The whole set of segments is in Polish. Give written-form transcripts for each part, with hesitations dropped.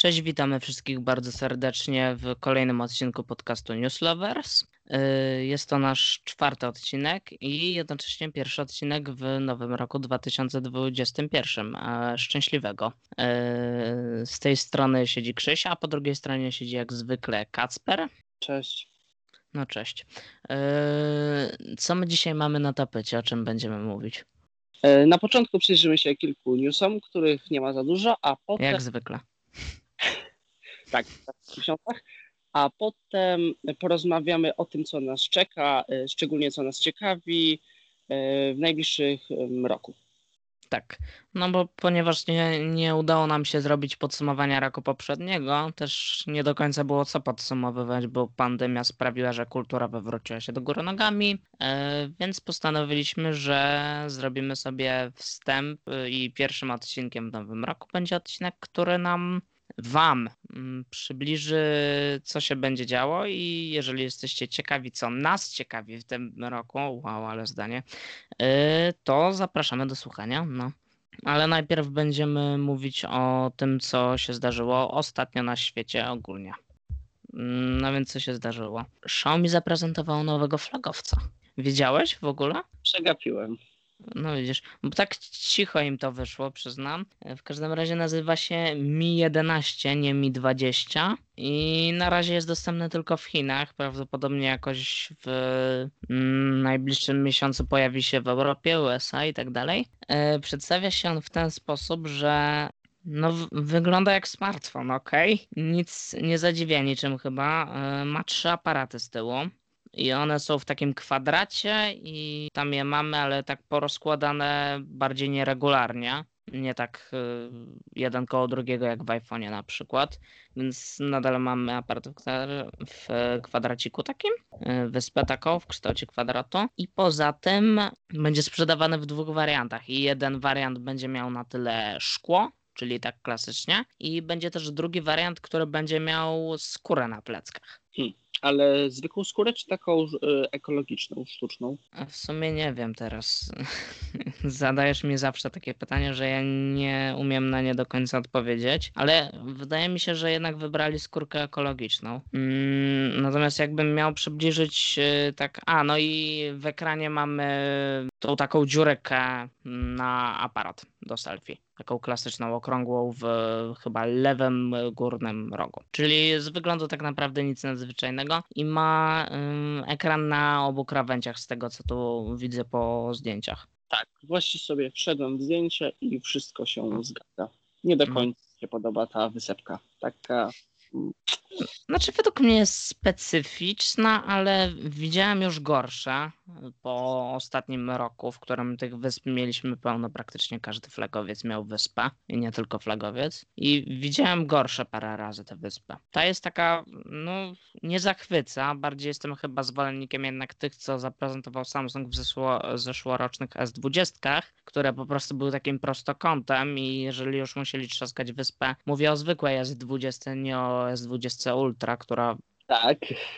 Cześć, witamy wszystkich bardzo serdecznie w kolejnym odcinku podcastu News Lovers. Jest to nasz 4. odcinek i jednocześnie pierwszy odcinek w nowym roku 2021. Szczęśliwego. Z tej strony siedzi Krzysia, a po drugiej stronie siedzi jak zwykle Kacper. Cześć. No cześć. Co my dzisiaj mamy na tapecie? O czym będziemy mówić? Na początku przyjrzymy się kilku newsom, których nie ma za dużo, a potem... Jak zwykle. Tak, w miesiącach. A potem porozmawiamy o tym, co nas czeka, szczególnie co nas ciekawi w najbliższym roku. Tak, no bo ponieważ nie udało nam się zrobić podsumowania roku poprzedniego, też nie do końca było co podsumowywać, bo pandemia sprawiła, że kultura wywróciła się do góry nogami, więc postanowiliśmy, że zrobimy sobie wstęp i pierwszym odcinkiem w nowym roku będzie odcinek, który Wam przybliży, co się będzie działo i jeżeli jesteście ciekawi, co nas ciekawi w tym roku, wow, ale zdanie, to zapraszamy do słuchania. No. Ale najpierw będziemy mówić o tym, co się zdarzyło ostatnio na świecie ogólnie. No więc co się zdarzyło? Xiaomi zaprezentowało nowego flagowca. Wiedziałeś w ogóle? Przegapiłem. No widzisz, bo tak cicho im to wyszło, przyznam. W każdym razie nazywa się Mi 11, nie Mi 20 i na razie jest dostępny tylko w Chinach. Prawdopodobnie jakoś w najbliższym miesiącu pojawi się w Europie, USA i tak dalej. Przedstawia się on w ten sposób, że wygląda jak smartfon, ok? Nic nie zadziwia niczym chyba. Ma 3 aparaty z tyłu. I one są w takim kwadracie i tam je mamy, ale tak porozkładane bardziej nieregularnie. Nie tak jeden koło drugiego jak w iPhone'ie na przykład. Więc nadal mamy aparat w kwadraciku takim, wyspę taką w kształcie kwadratu. I poza tym będzie sprzedawany w 2 wariantach. I jeden wariant będzie miał na tyle szkło, czyli tak klasycznie. I będzie też drugi wariant, który będzie miał skórę na pleckach. Ale zwykłą skórę, czy taką ekologiczną, sztuczną? A w sumie nie wiem teraz. Zadajesz mi zawsze takie pytanie, że ja nie umiem na nie do końca odpowiedzieć, ale wydaje mi się, że jednak wybrali skórkę ekologiczną. Natomiast jakbym miał przybliżyć tak... no i w ekranie mamy tą taką dziurkę na aparat do selfie. Taką klasyczną, okrągłą w chyba lewym górnym rogu. Czyli z wyglądu tak naprawdę nic nadzwyczajnego i ma ekran na obu krawędziach z tego, co tu widzę po zdjęciach. Tak, właśnie sobie wszedłem w zdjęcie i wszystko się zgadza. Nie do końca się podoba ta wysepka. Taka... Znaczy według mnie jest specyficzna, ale widziałem już gorsze po ostatnim roku, w którym tych wysp mieliśmy pełno. Praktycznie każdy flagowiec miał wyspę i nie tylko flagowiec. I widziałem gorsze parę razy tę wyspę. Ta jest taka, nie zachwyca. Bardziej jestem chyba zwolennikiem jednak tych, co zaprezentował Samsung w zeszłorocznych S20, które po prostu były takim prostokątem i jeżeli już musieli trzaskać wyspę, mówię o zwykłej S20, nie o S20 Ultra, która... Tak.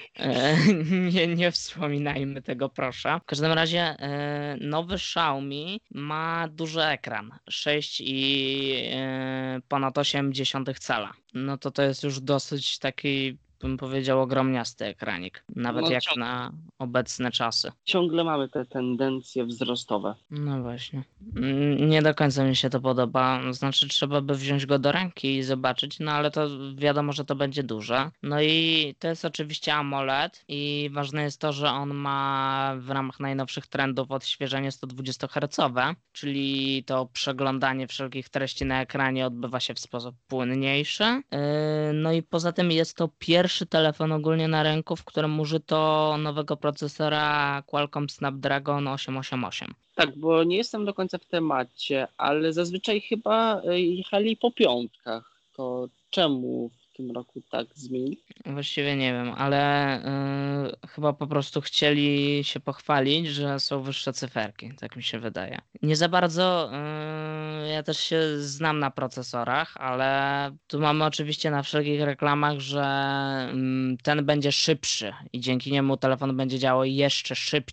Nie wspominajmy tego, proszę. W każdym razie nowy Xiaomi ma duży ekran. 6 i ponad 0,8 cala. No to jest już dosyć taki, bym powiedział, ogromniasty ekranik. Nawet jak na obecne czasy. Ciągle mamy te tendencje wzrostowe. No właśnie. Nie do końca mi się to podoba. Znaczy trzeba by wziąć go do ręki i zobaczyć, no ale to wiadomo, że to będzie duże. No i to jest oczywiście AMOLED i ważne jest to, że on ma w ramach najnowszych trendów odświeżenie 120 Hz, czyli to przeglądanie wszelkich treści na ekranie odbywa się w sposób płynniejszy. No i poza tym jest to pierwszy telefon ogólnie na rynku, w którym użyto nowego procesora Qualcomm Snapdragon 888. Tak, bo nie jestem do końca w temacie, ale zazwyczaj chyba jechali po piątkach. To czemu w tym roku tak zmienili? Właściwie nie wiem, ale chyba po prostu chcieli się pochwalić, że są wyższe cyferki, tak mi się wydaje. Nie za bardzo ja też się znam na procesorach, ale tu mamy oczywiście na wszelkich reklamach, że ten będzie szybszy i dzięki niemu telefon będzie działał jeszcze szybciej.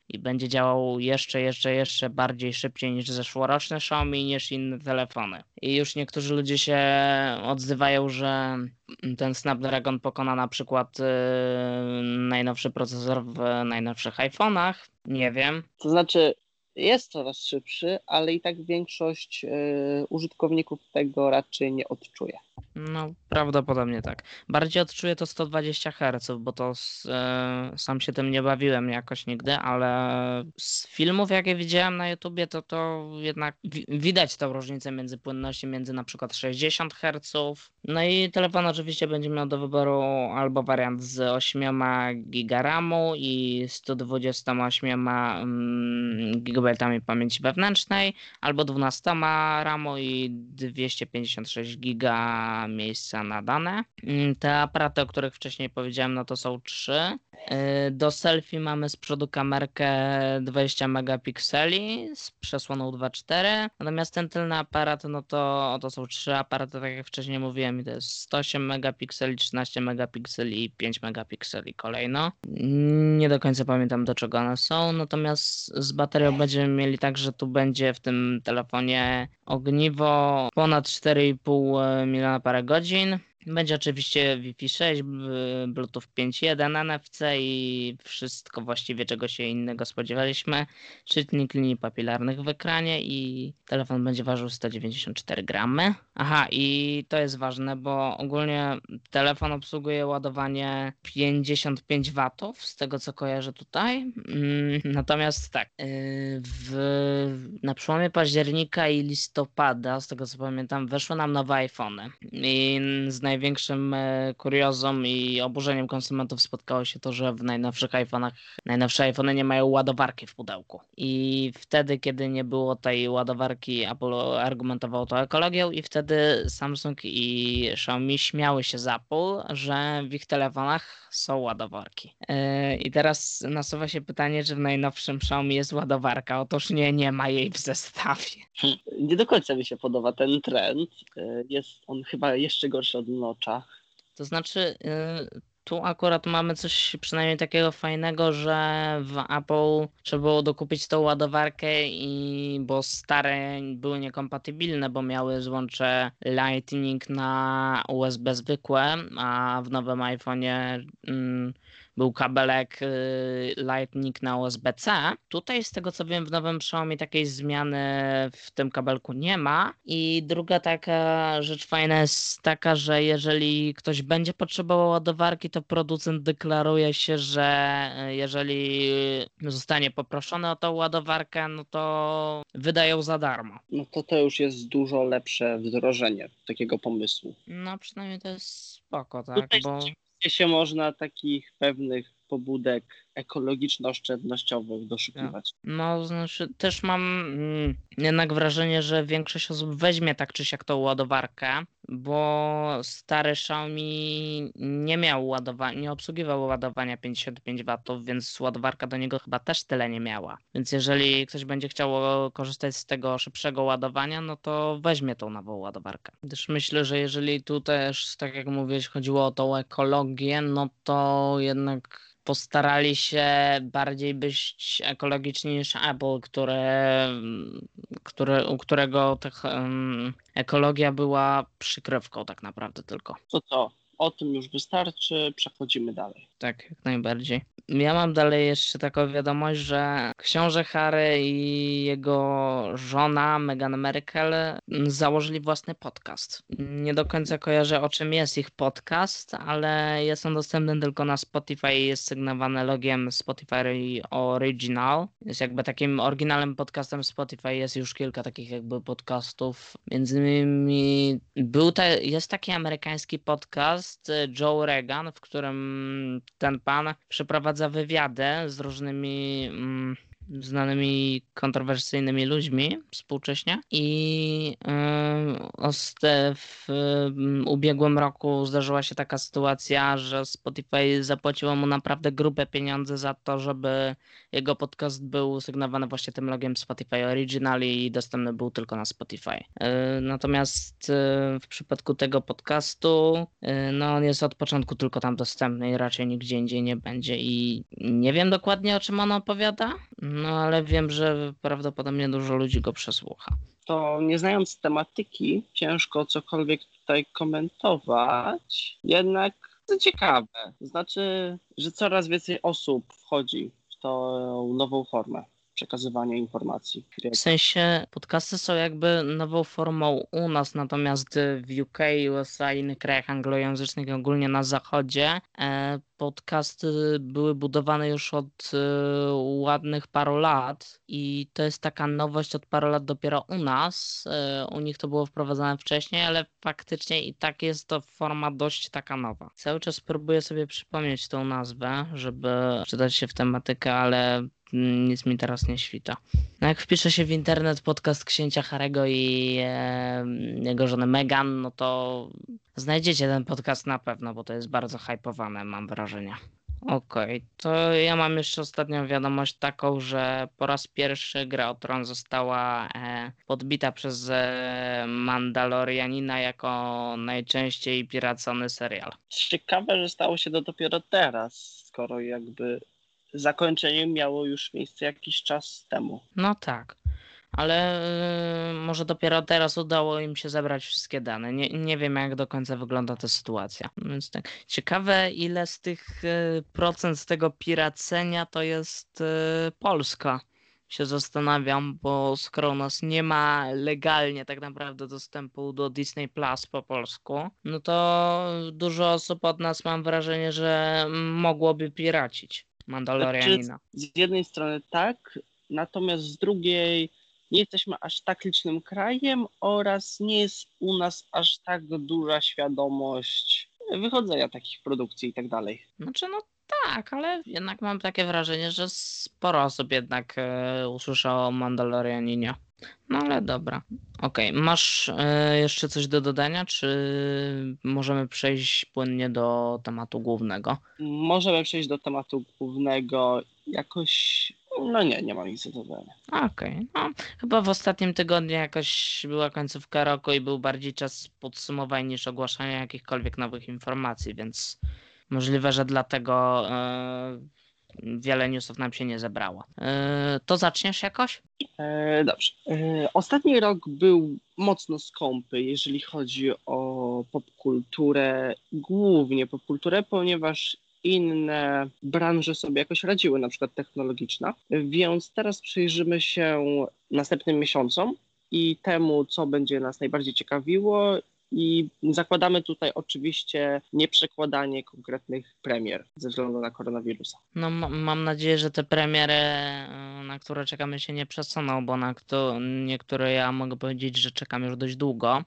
i będzie działał jeszcze bardziej szybciej niż zeszłoroczny Xiaomi, niż inne telefony. I już niektórzy ludzie się odzywają, że ten Snapdragon pokona na przykład najnowszy procesor w najnowszych iPhone'ach. Nie wiem. To znaczy jest coraz szybszy, ale i tak większość użytkowników tego raczej nie odczuje. No, prawdopodobnie tak. Bardziej odczuję to 120 Hz, bo to sam się tym nie bawiłem jakoś nigdy, ale z filmów, jakie widziałem na YouTubie, to jednak widać tą różnicę między płynnością, między na przykład 60 Hz. No i telefon oczywiście będzie miał do wyboru albo wariant z 8 GB RAMu i 128 GB pamięci wewnętrznej, albo 12 RAMu i 256 GB miejsca na dane. Te aparaty, o których wcześniej powiedziałem, no to są 3. Do selfie mamy z przodu kamerkę 20 megapikseli z przesłoną 2.4. Natomiast ten tylny aparat, no to są 3 aparaty, tak jak wcześniej mówiłem, i to jest 108 megapikseli, 13 megapikseli i 5 megapikseli kolejno. Nie do końca pamiętam, do czego one są, natomiast z baterią będziemy mieli tak, że tu będzie w tym telefonie ogniwo ponad 4,5 miliona parę godzin. Będzie oczywiście Wi-Fi 6, Bluetooth 5.1, NFC i wszystko właściwie, czego się innego spodziewaliśmy. Czytnik linii papilarnych w ekranie i telefon będzie ważył 194 gramy. Aha, i to jest ważne, bo ogólnie telefon obsługuje ładowanie 55 W, z tego co kojarzę tutaj. Natomiast tak, na przełomie października i listopada, z tego co pamiętam, weszły nam nowe iPhony. I z największym kuriozum i oburzeniem konsumentów spotkało się to, że w najnowszych iPhone'ach najnowsze iPhony nie mają ładowarki w pudełku. I wtedy, kiedy nie było tej ładowarki, Apple argumentował to ekologią i wtedy Samsung i Xiaomi śmiały się z Apple, że w ich telefonach są ładowarki. I teraz nasuwa się pytanie, czy w najnowszym Xiaomi jest ładowarka. Otóż nie ma jej w zestawie. Nie do końca mi się podoba ten trend. Jest on chyba jeszcze gorszy od Notcha. To znaczy, tu akurat mamy coś przynajmniej takiego fajnego, że w Apple trzeba było dokupić tą ładowarkę, bo stare były niekompatybilne, bo miały złącze Lightning na USB zwykłe, a w nowym iPhone'ie był kabelek Lightning na USB-C. Tutaj z tego co wiem, w nowym Xiaomi takiej zmiany w tym kabelku nie ma. I druga taka rzecz fajna jest taka, że jeżeli ktoś będzie potrzebował ładowarki, to producent deklaruje się, że jeżeli zostanie poproszony o tą ładowarkę, no to wydają za darmo. No to już jest dużo lepsze wdrożenie takiego pomysłu. No przynajmniej to jest spoko, tak? Tutaj się można takich pewnych pobudek ekologiczno-oszczędnościowych doszukiwać. No, znaczy też mam jednak wrażenie, że większość osób weźmie tak czy siak tą ładowarkę, bo stary Xiaomi nie obsługiwał ładowania 55 W, więc ładowarka do niego chyba też tyle nie miała. Więc jeżeli ktoś będzie chciał korzystać z tego szybszego ładowania, no to weźmie tą nową ładowarkę. Gdyż myślę, że jeżeli tu też, tak jak mówiłeś, chodziło o tą ekologię, no to jednak postarali się bardziej być ekologiczni niż Apple, u którego ekologia była przykrywką tak naprawdę tylko. To o tym już wystarczy, przechodzimy dalej. Tak, jak najbardziej. Ja mam dalej jeszcze taką wiadomość, że książę Harry i jego żona Meghan Markle założyli własny podcast. Nie do końca kojarzę, o czym jest ich podcast, ale jest on dostępny tylko na Spotify i jest sygnowany logiem Spotify Original. Jest jakby takim oryginalnym podcastem Spotify, jest już kilka takich jakby podcastów. Między innymi jest taki amerykański podcast Joe Rogan, w którym ten pan przeprowadza wywiady z różnymi znanymi kontrowersyjnymi ludźmi współcześnie i w ubiegłym roku zdarzyła się taka sytuacja, że Spotify zapłaciło mu naprawdę grube pieniądze za to, żeby jego podcast był sygnowany właśnie tym logiem Spotify Original i dostępny był tylko na Spotify. Natomiast w przypadku tego podcastu no on jest od początku tylko tam dostępny i raczej nigdzie indziej nie będzie i nie wiem dokładnie, o czym on opowiada. No ale wiem, że prawdopodobnie dużo ludzi go przesłucha. To nie znając tematyki, ciężko cokolwiek tutaj komentować. Jednak to ciekawe. To znaczy, że coraz więcej osób wchodzi w tą nową formę przekazywania informacji. W sensie podcasty są jakby nową formą u nas, natomiast w UK, USA i innych krajach anglojęzycznych i ogólnie na zachodzie podcasty były budowane już od ładnych paru lat i to jest taka nowość od paru lat dopiero u nas. U nich to było wprowadzane wcześniej, ale faktycznie i tak jest to forma dość taka nowa. Cały czas próbuję sobie przypomnieć tą nazwę, żeby czytać się w tematykę, ale nic mi teraz nie świta. No jak wpisze się w internet podcast księcia Harry'ego i jego żony Meghan, no to znajdziecie ten podcast na pewno, bo to jest bardzo hypowane, mam wrażenie. Okej, to ja mam jeszcze ostatnią wiadomość taką, że po raz pierwszy Gra o Tron została podbita przez Mandalorianina jako najczęściej piracony serial. Ciekawe, że stało się to dopiero teraz, skoro jakby zakończenie miało już miejsce jakiś czas temu. No tak, ale może dopiero teraz udało im się zebrać wszystkie dane. Nie wiem, jak do końca wygląda ta sytuacja. Więc tak, ciekawe, ile z tych procent z tego piracenia to jest Polska. Się zastanawiam, bo skoro u nas nie ma legalnie tak naprawdę dostępu do Disney Plus po polsku, no to dużo osób od nas, mam wrażenie, że mogłoby piracić Mandalorianina. Z jednej strony tak, natomiast z drugiej nie jesteśmy aż tak licznym krajem oraz nie jest u nas aż tak duża świadomość wychodzenia takich produkcji i tak dalej. Znaczy, no tak, ale jednak mam takie wrażenie, że sporo osób jednak usłyszało o Mandalorianinie. No ale dobra. Okej, masz jeszcze coś do dodania, czy możemy przejść płynnie do tematu głównego? Możemy przejść do tematu głównego jakoś. No nie mam nic do dodania. Okej, no chyba w ostatnim tygodniu jakoś była końcówka roku i był bardziej czas podsumowań niż ogłaszania jakichkolwiek nowych informacji, więc możliwe, że dlatego wiele newsów nam się nie zebrało. To zaczniesz jakoś? Dobrze. Ostatni rok był mocno skąpy, jeżeli chodzi o popkulturę, głównie popkulturę, ponieważ inne branże sobie jakoś radziły, na przykład technologiczna. Więc teraz przyjrzymy się następnym miesiącom i temu, co będzie nas najbardziej ciekawiło. I zakładamy tutaj oczywiście nieprzekładanie konkretnych premier ze względu na koronawirusa. No mam nadzieję, że te premiery, na które czekamy, się nie przesuną, bo na niektóre ja mogę powiedzieć, że czekam już dość długo.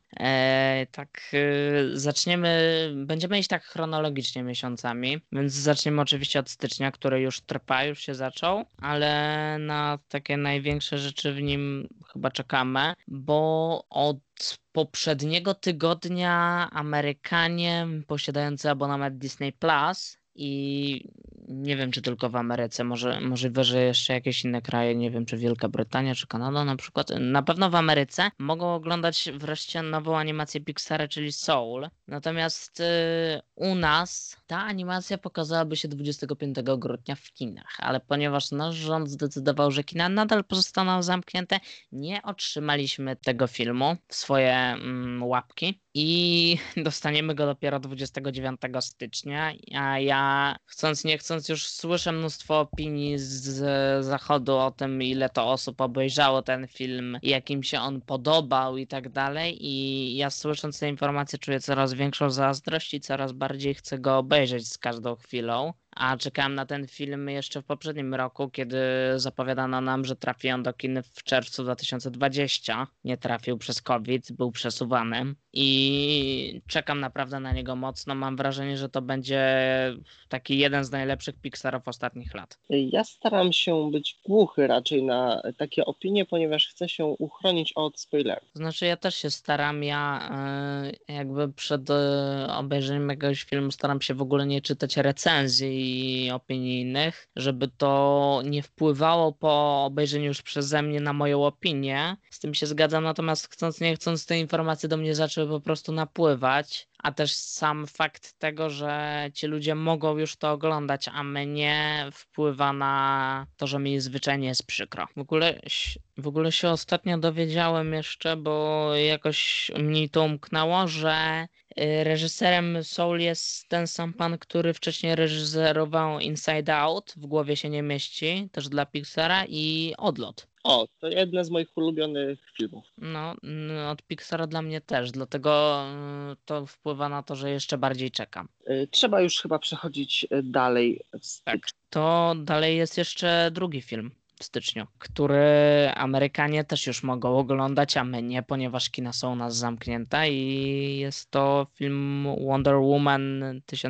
Będziemy iść tak chronologicznie miesiącami, więc zaczniemy oczywiście od stycznia, który już trwa, już się zaczął, ale na takie największe rzeczy w nim chyba czekamy, bo od poprzedniego tygodnia Amerykanie posiadający abonament Disney Plus i nie wiem, czy tylko w Ameryce, możliwe, że jeszcze jakieś inne kraje, nie wiem, czy Wielka Brytania, czy Kanada na przykład, na pewno w Ameryce mogą oglądać wreszcie nową animację Pixara, czyli Soul. Natomiast u nas ta animacja pokazałaby się 25 grudnia w kinach, ale ponieważ nasz rząd zdecydował, że kina nadal pozostaną zamknięte, nie otrzymaliśmy tego filmu w swoje łapki i dostaniemy go dopiero 29 stycznia, a ja chcąc nie chcąc już słyszę mnóstwo opinii z zachodu o tym, ile to osób obejrzało ten film, jak im się on podobał i tak dalej, i ja słysząc te informacje czuję coraz większą zazdrość i coraz bardziej chcę go obejrzeć z każdą chwilą. A czekałem na ten film jeszcze w poprzednim roku, kiedy zapowiadano nam, że trafi on do kin w czerwcu 2020. Nie trafił przez COVID, był przesuwany i czekam naprawdę na niego mocno. Mam wrażenie, że to będzie taki jeden z najlepszych Pixarów ostatnich lat. Ja staram się być głuchy raczej na takie opinie, ponieważ chcę się uchronić od spoilerów. To znaczy ja też się staram, jakby przed obejrzeniem jakiegoś filmu staram się w ogóle nie czytać recenzji i opinii innych, żeby to nie wpływało po obejrzeniu już przeze mnie na moją opinię. Z tym się zgadzam, natomiast chcąc nie chcąc te informacje do mnie zaczęły po prostu napływać, a też sam fakt tego, że ci ludzie mogą już to oglądać, a mnie wpływa na to, że mi zwyczajnie jest przykro. W ogóle się ostatnio dowiedziałem jeszcze, bo jakoś mi to umknęło, że reżyserem Soul jest ten sam pan, który wcześniej reżyserował Inside Out, w głowie się nie mieści, też dla Pixara, i Odlot. O, to jedne z moich ulubionych filmów. No, od Pixara dla mnie też, dlatego to wpływa na to, że jeszcze bardziej czekam. Trzeba już chyba przechodzić dalej w Tak. styczniu. To dalej jest jeszcze drugi film w styczniu, który Amerykanie też już mogą oglądać, a my nie, ponieważ kina są u nas zamknięte, i jest to film Wonder Woman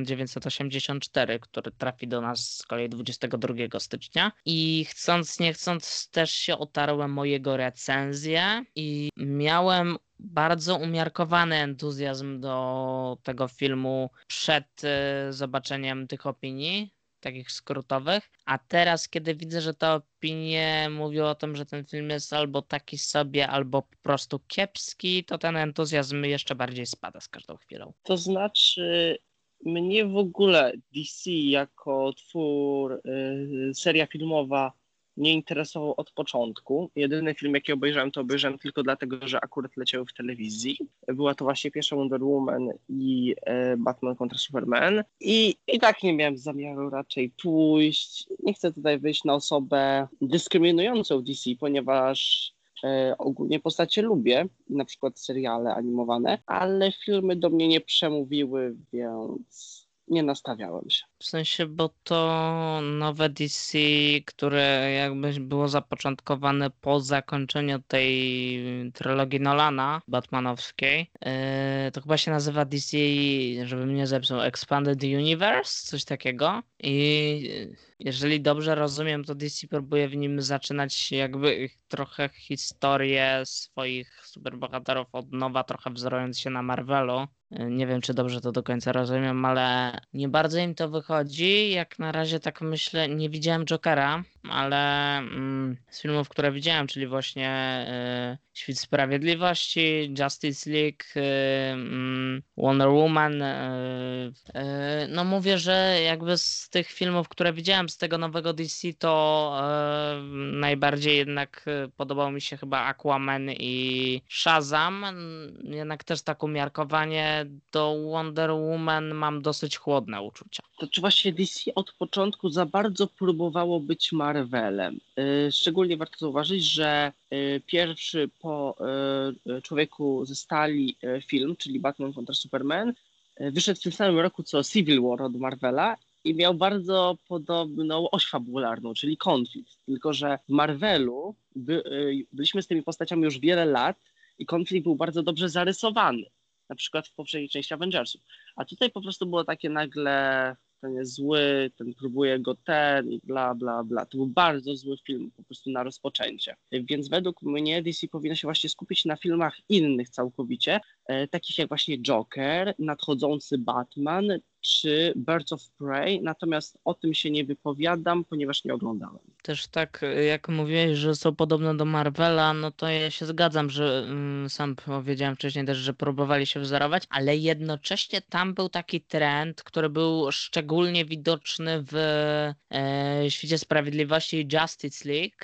1984, który trafi do nas z kolei 22 stycznia, i chcąc nie chcąc też się otarłem o jego recenzję i miałem bardzo umiarkowany entuzjazm do tego filmu przed zobaczeniem tych opinii, takich skrótowych, a teraz, kiedy widzę, że te opinie mówią o tym, że ten film jest albo taki sobie, albo po prostu kiepski, to ten entuzjazm jeszcze bardziej spada z każdą chwilą. To znaczy, mnie w ogóle DC jako twór, seria filmowa nie interesował od początku. Jedyny film, jaki obejrzałem, to obejrzałem tylko dlatego, że akurat leciały w telewizji. Była to właśnie pierwsza Wonder Woman i Batman kontra Superman. I tak nie miałem zamiaru raczej pójść. Nie chcę tutaj wyjść na osobę dyskryminującą DC, ponieważ ogólnie postacie lubię, na przykład seriale animowane, ale filmy do mnie nie przemówiły, więc nie nastawiałem się. W sensie, bo to nowe DC, które jakby było zapoczątkowane po zakończeniu tej trylogii Nolana batmanowskiej, to chyba się nazywa DC, żebym nie zepsuł, Expanded Universe, coś takiego. I jeżeli dobrze rozumiem, to DC próbuje w nim zaczynać jakby trochę historię swoich superbohaterów od nowa, trochę wzorując się na Marvelu. Nie wiem, czy dobrze to do końca rozumiem, ale nie bardzo im to wychodzi. Jak na razie tak myślę, nie widziałem Jokera, ale z filmów, które widziałem, czyli właśnie Świt Sprawiedliwości, Justice League, Wonder Woman, no mówię, że jakby z tych filmów, które widziałem z tego nowego DC, to najbardziej jednak podobał mi się chyba Aquaman i Shazam. Jednak też tak umiarkowanie do Wonder Woman mam dosyć chłodne uczucia. To czy właśnie DC od początku za bardzo próbowało być Marvelem? Szczególnie warto zauważyć, że pierwszy po Człowieku ze Stali film, czyli Batman kontra Superman, wyszedł w tym samym roku co Civil War od Marvela i miał bardzo podobną oś fabularną, czyli konflikt. Tylko że w Marvelu byliśmy z tymi postaciami już wiele lat i konflikt był bardzo dobrze zarysowany. Na przykład w poprzedniej części Avengersów. A tutaj po prostu było takie nagle, ten jest zły, ten próbuje go i bla, bla, bla. To był bardzo zły film po prostu na rozpoczęcie. Więc według mnie DC powinno się właśnie skupić na filmach innych całkowicie, takich jak właśnie Joker, nadchodzący Batman czy Birds of Prey, natomiast o tym się nie wypowiadam, ponieważ nie oglądałem. Też tak, jak mówiłeś, że są podobne do Marvela, no to ja się zgadzam, że sam powiedziałem wcześniej też, że próbowali się wzorować, ale jednocześnie tam był taki trend, który był szczególnie widoczny w Świcie Sprawiedliwości i Justice League,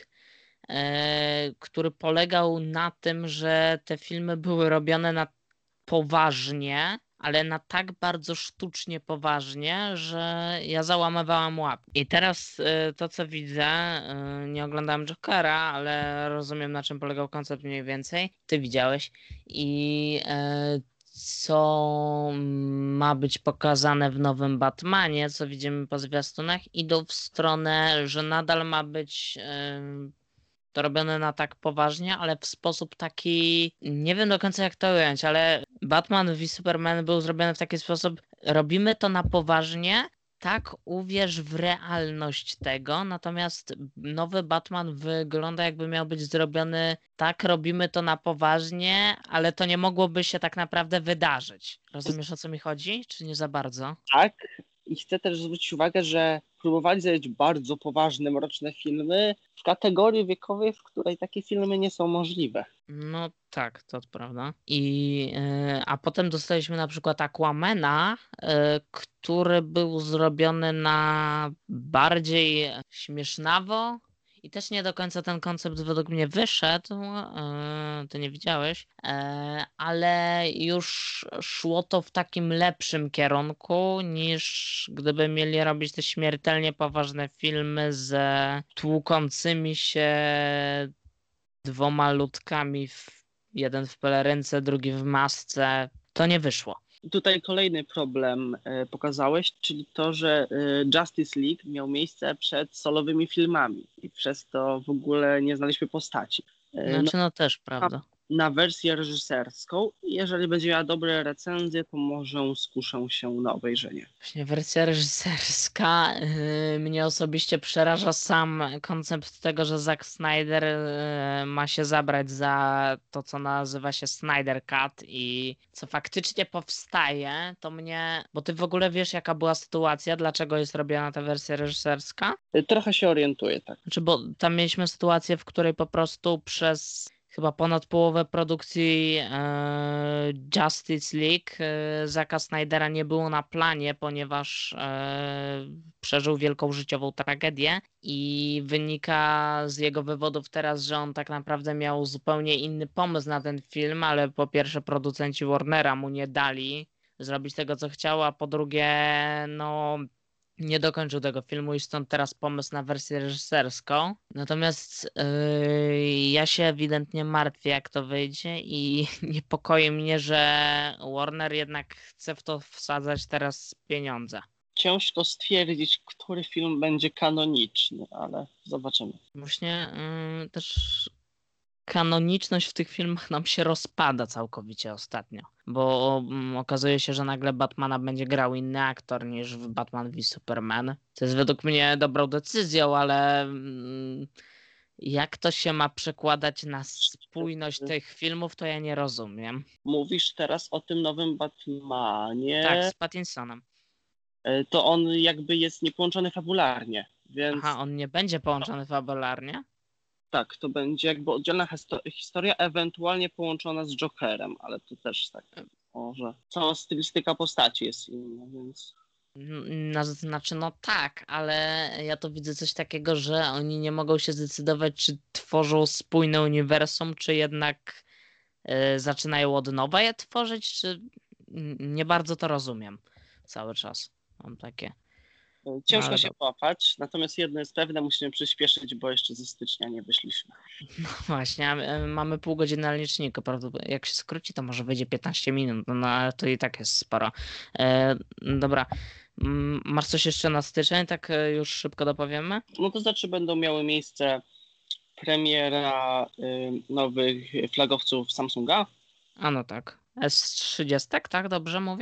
który polegał na tym, że te filmy były robione na poważnie, ale na tak bardzo sztucznie poważnie, że ja załamywałam łap. I teraz to, co widzę, nie oglądałem Jokera, ale rozumiem, na czym polegał koncept mniej więcej. Ty widziałeś. I co ma być pokazane w nowym Batmanie, co widzimy po zwiastunach, idą w stronę, że nadal ma być to robione na tak poważnie, ale w sposób taki, nie wiem do końca jak to ująć, ale Batman v Superman był zrobiony w taki sposób, robimy to na poważnie, tak, uwierz w realność tego, natomiast nowy Batman wygląda jakby miał być zrobiony tak, robimy to na poważnie, ale to nie mogłoby się tak naprawdę wydarzyć. Rozumiesz, o co mi chodzi, czy nie za bardzo? Tak, i chcę też zwrócić uwagę, że próbowali zrobić bardzo poważne, mroczne filmy w kategorii wiekowej, w której takie filmy nie są możliwe. No tak, to prawda. A potem dostaliśmy na przykład Aquamana, który był zrobiony na bardziej śmiesznawo i też nie do końca ten koncept według mnie wyszedł, ty nie widziałeś, ale już szło to w takim lepszym kierunku niż gdyby mieli robić te śmiertelnie poważne filmy ze tłukącymi się dwoma ludkami, jeden w pelerynce, drugi w masce. To nie wyszło. Tutaj kolejny problem pokazałeś, czyli to, że Justice League miał miejsce przed solowymi filmami i przez to w ogóle nie znaliśmy postaci. Znaczy, no też prawda. Na wersję reżyserską. Jeżeli będzie miała dobre recenzje, to może skuszę się na obejrzenie. Właśnie wersja reżyserska mnie osobiście przeraża sam koncept tego, że Zack Snyder ma się zabrać za to, co nazywa się Snyder Cut i co faktycznie powstaje, to mnie... Bo ty w ogóle wiesz, jaka była sytuacja, dlaczego jest robiona ta wersja reżyserska? Trochę się orientuję, tak. Znaczy, bo tam mieliśmy sytuację, w której po prostu przez chyba ponad połowę produkcji Justice League Zacka Snydera nie było na planie, ponieważ przeżył wielką życiową tragedię i wynika z jego wywodów teraz, że on tak naprawdę miał zupełnie inny pomysł na ten film, ale po pierwsze producenci Warnera mu nie dali zrobić tego, co chciał, a po drugie no nie dokończył tego filmu i stąd teraz pomysł na wersję reżyserską. Natomiast ja się ewidentnie martwię, jak to wyjdzie i niepokoi mnie, że Warner jednak chce w to wsadzać teraz pieniądze. Ciężko stwierdzić, który film będzie kanoniczny, ale zobaczymy. Właśnie też kanoniczność w tych filmach nam się rozpada całkowicie ostatnio, bo okazuje się, że nagle Batmana będzie grał inny aktor niż w Batman v Superman. To jest według mnie dobrą decyzją, ale jak to się ma przekładać na spójność tych filmów, to ja nie rozumiem. Mówisz teraz o tym nowym Batmanie. Tak, z Pattinsonem. To on jakby jest niepołączony fabularnie, więc... Aha, on nie będzie połączony fabularnie? Tak, to będzie jakby oddzielna historia, ewentualnie połączona z Jokerem, ale to też tak może. Cała stylistyka postaci jest inna, więc... Znaczy, no tak, ale ja to widzę coś takiego, że oni nie mogą się zdecydować, czy tworzą spójne uniwersum, czy jednak zaczynają od nowa je tworzyć, czy nie bardzo to rozumiem cały czas. Mam takie. Ciężko ale się połapać, natomiast jedno jest pewne, musimy przyspieszyć, bo jeszcze ze stycznia nie wyszliśmy. No właśnie, mamy pół godziny na liczniku, prawdopodobnie. Jak się skróci, to może wyjdzie 15 minut, no ale to i tak jest sporo. Dobra, masz coś jeszcze na styczeń, tak już szybko dopowiemy? No to znaczy będą miały miejsce premiera nowych flagowców Samsunga. A no tak. S30, tak? Dobrze mówię?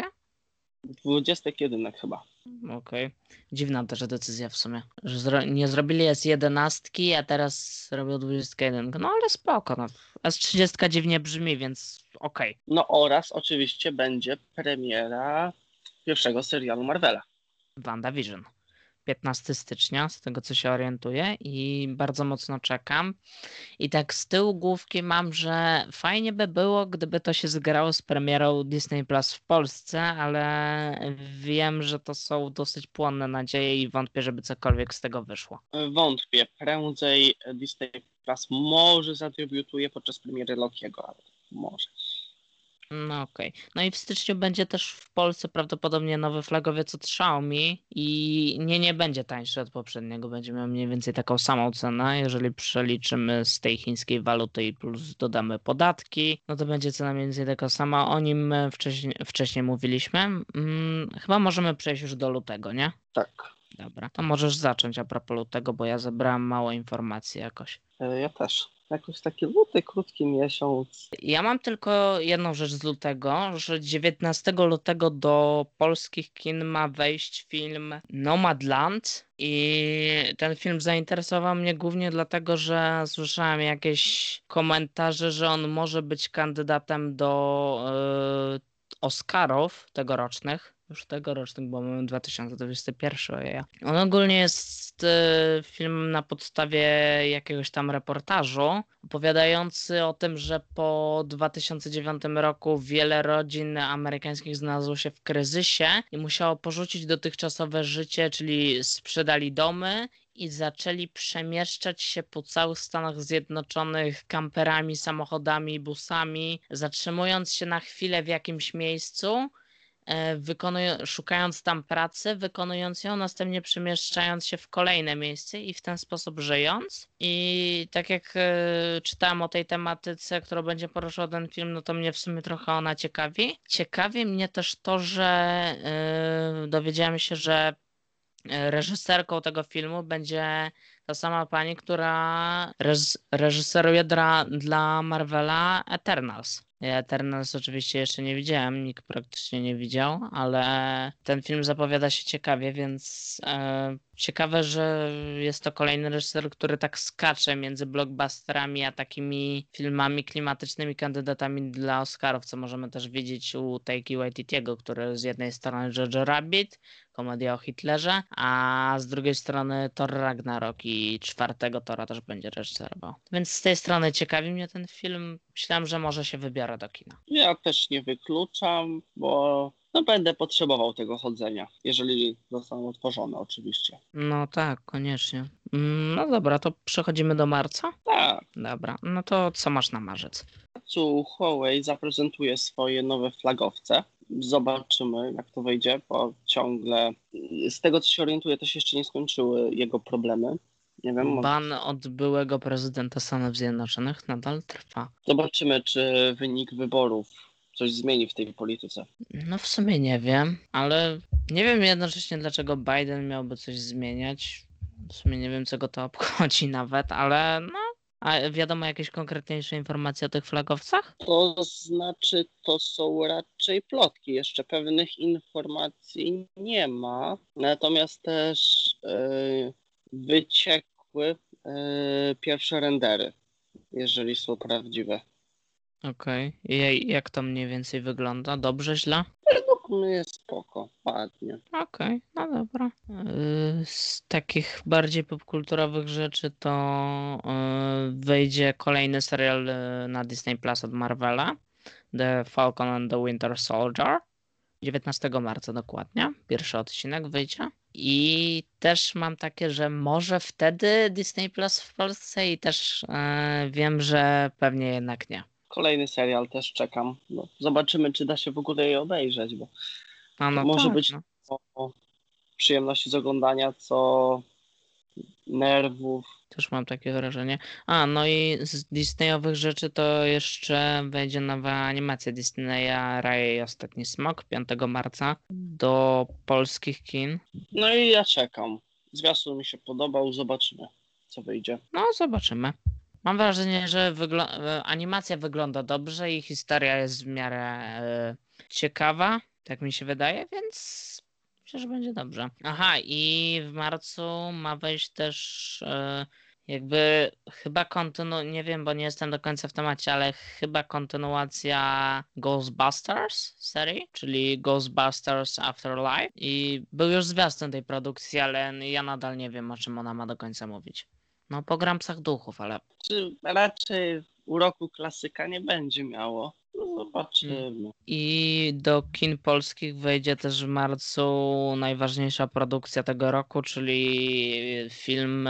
21 chyba. Okej. Dziwna też decyzja w sumie, że nie zrobili S11, a teraz robią 21. No ale spoko, no. S30 dziwnie brzmi, więc okej. No oraz oczywiście będzie premiera pierwszego serialu Marvela. WandaVision. 15 stycznia, z tego co się orientuję i bardzo mocno czekam. I tak z tyłu główki mam, że fajnie by było, gdyby to się zgrało z premierą Disney Plus w Polsce, ale wiem, że to są dosyć płonne nadzieje i wątpię, żeby cokolwiek z tego wyszło. Wątpię. Prędzej Disney Plus może zadebiutuje podczas premiery Lokiego, ale może. No okej. No i w styczniu będzie też w Polsce prawdopodobnie nowy flagowiec od Xiaomi i nie będzie tańszy od poprzedniego, będzie miał mniej więcej taką samą cenę, jeżeli przeliczymy z tej chińskiej waluty i plus dodamy podatki, no to będzie cena mniej więcej taka sama, o nim wcześniej mówiliśmy. Chyba możemy przejść już do lutego, nie? Tak. Dobra, to możesz zacząć a propos lutego, bo ja zebrałem mało informacji jakoś. Ja też. Jakoś taki luty, krótki miesiąc. Ja mam tylko jedną rzecz z lutego, że 19 lutego do polskich kin ma wejść film Nomadland i ten film zainteresował mnie głównie dlatego, że słyszałem jakieś komentarze, że on może być kandydatem do Oscarów tegorocznych. Już tegoroczny, bo mamy 2021. Ojej. On ogólnie jest filmem na podstawie jakiegoś tam reportażu opowiadający o tym, że po 2009 roku wiele rodzin amerykańskich znalazło się w kryzysie i musiało porzucić dotychczasowe życie, czyli sprzedali domy i zaczęli przemieszczać się po całych Stanach Zjednoczonych kamperami, samochodami, busami, zatrzymując się na chwilę w jakimś miejscu, szukając tam pracy, wykonując ją, następnie przemieszczając się w kolejne miejsce i w ten sposób żyjąc. I tak jak czytałem o tej tematyce, którą będzie poruszał ten film, no to mnie w sumie trochę ona ciekawi. Ciekawi mnie też to, że dowiedziałem się, że reżyserką tego filmu będzie ta sama pani, która reżyseruje dla Marvela Eternals. Ja Eternals oczywiście jeszcze nie widziałem, nikt praktycznie nie widział, ale ten film zapowiada się ciekawie, więc ciekawe, że jest to kolejny reżyser, który tak skacze między blockbusterami a takimi filmami klimatycznymi, kandydatami dla Oscarów, co możemy też widzieć u Taiki Waititiego, który z jednej strony Jojo Rabbit, komedia o Hitlerze, a z drugiej strony Thor Ragnarok i czwartego Thora też będzie reżyserował. Więc z tej strony ciekawi mnie ten film. Myślałem, że może się wybiorę do kina. Ja też nie wykluczam, bo no, będę potrzebował tego chodzenia, jeżeli zostaną otworzone oczywiście. No tak, koniecznie. No dobra, to przechodzimy do marca? Tak, Dobra, no to co masz na marzec? tu Huawei zaprezentuje swoje nowe flagowce. Zobaczymy, jak to wyjdzie, bo ciągle, z tego co się orientuję, też jeszcze nie skończyły jego problemy. Nie wiem, Ban od byłego prezydenta Stanów Zjednoczonych nadal trwa. zobaczymy, czy wynik wyborów coś zmieni w tej polityce. No w sumie nie wiem, ale nie wiem jednocześnie dlaczego Biden miałby coś zmieniać. W sumie nie wiem co go to obchodzi nawet, ale no. A wiadomo jakieś konkretniejsze informacje o tych flagowcach? To znaczy, to są raczej plotki. Jeszcze pewnych informacji nie ma. Natomiast też wyciekły pierwsze rendery, jeżeli są prawdziwe. Okej. I jak to mniej więcej wygląda? Dobrze, źle? Według mnie spoko, ładnie. Okej, no dobra. Z takich bardziej popkulturowych rzeczy to wyjdzie kolejny serial na Disney Plus od Marvela, The Falcon and the Winter Soldier. 19 marca dokładnie, pierwszy odcinek wyjdzie. I też mam takie, że może wtedy Disney Plus w Polsce i też wiem, że pewnie jednak nie. Kolejny serial też czekam. No, zobaczymy, czy da się w ogóle je obejrzeć, bo A to no może tak, być no. o przyjemności z oglądania, co nerwów. Też mam takie wrażenie. A, no i z Disneyowych rzeczy to jeszcze wejdzie nowa animacja Disneya Raya i Ostatni Smok 5 marca do polskich kin. No i ja czekam. Zwiastun mi się podobał, zobaczymy, co wyjdzie. No, zobaczymy. Mam wrażenie, że animacja wygląda dobrze i historia jest w miarę ciekawa, tak mi się wydaje, więc myślę, że będzie dobrze. Aha, i w marcu ma wejść też jakby chyba nie wiem, bo nie jestem do końca w temacie, ale chyba kontynuacja Ghostbusters serii, czyli Ghostbusters Afterlife i był już zwiastun tej produkcji, ale ja nadal nie wiem, o czym ona ma do końca mówić. No po Gramsach Duchów, ale Czy raczej uroku klasyka nie będzie miało? No zobaczymy. i do kin polskich wejdzie też w marcu najważniejsza produkcja tego roku, czyli film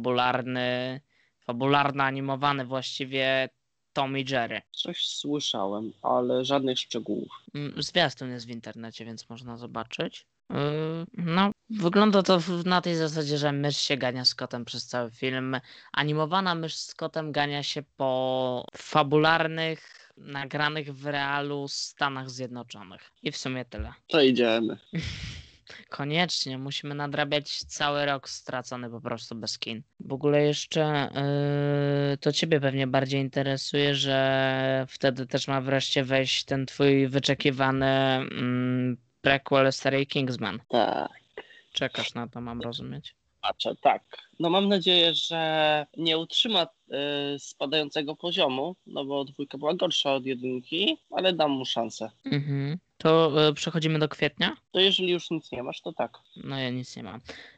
fabularny animowany właściwie Tom i Jerry. Coś słyszałem, ale żadnych szczegółów. Zwiastun jest w internecie, więc można zobaczyć. No, wygląda to na tej zasadzie, że mysz się gania z kotem przez cały film. Animowana mysz z kotem gania się po fabularnych, nagranych w realu Stanach Zjednoczonych. I w sumie tyle. To idziemy. Koniecznie, musimy nadrabiać cały rok stracony po prostu bez kin. W ogóle jeszcze to ciebie pewnie bardziej interesuje, że wtedy też ma wreszcie wejść ten twój wyczekiwany prequel serii Kingsman. Tak, Czekasz na to, mam rozumieć. patrzę, tak. No mam nadzieję, że nie utrzyma spadającego poziomu, no bo dwójka była gorsza od jedynki, ale dam mu szansę. To przechodzimy do kwietnia? To jeżeli już nic nie masz, to tak. No ja nic nie mam.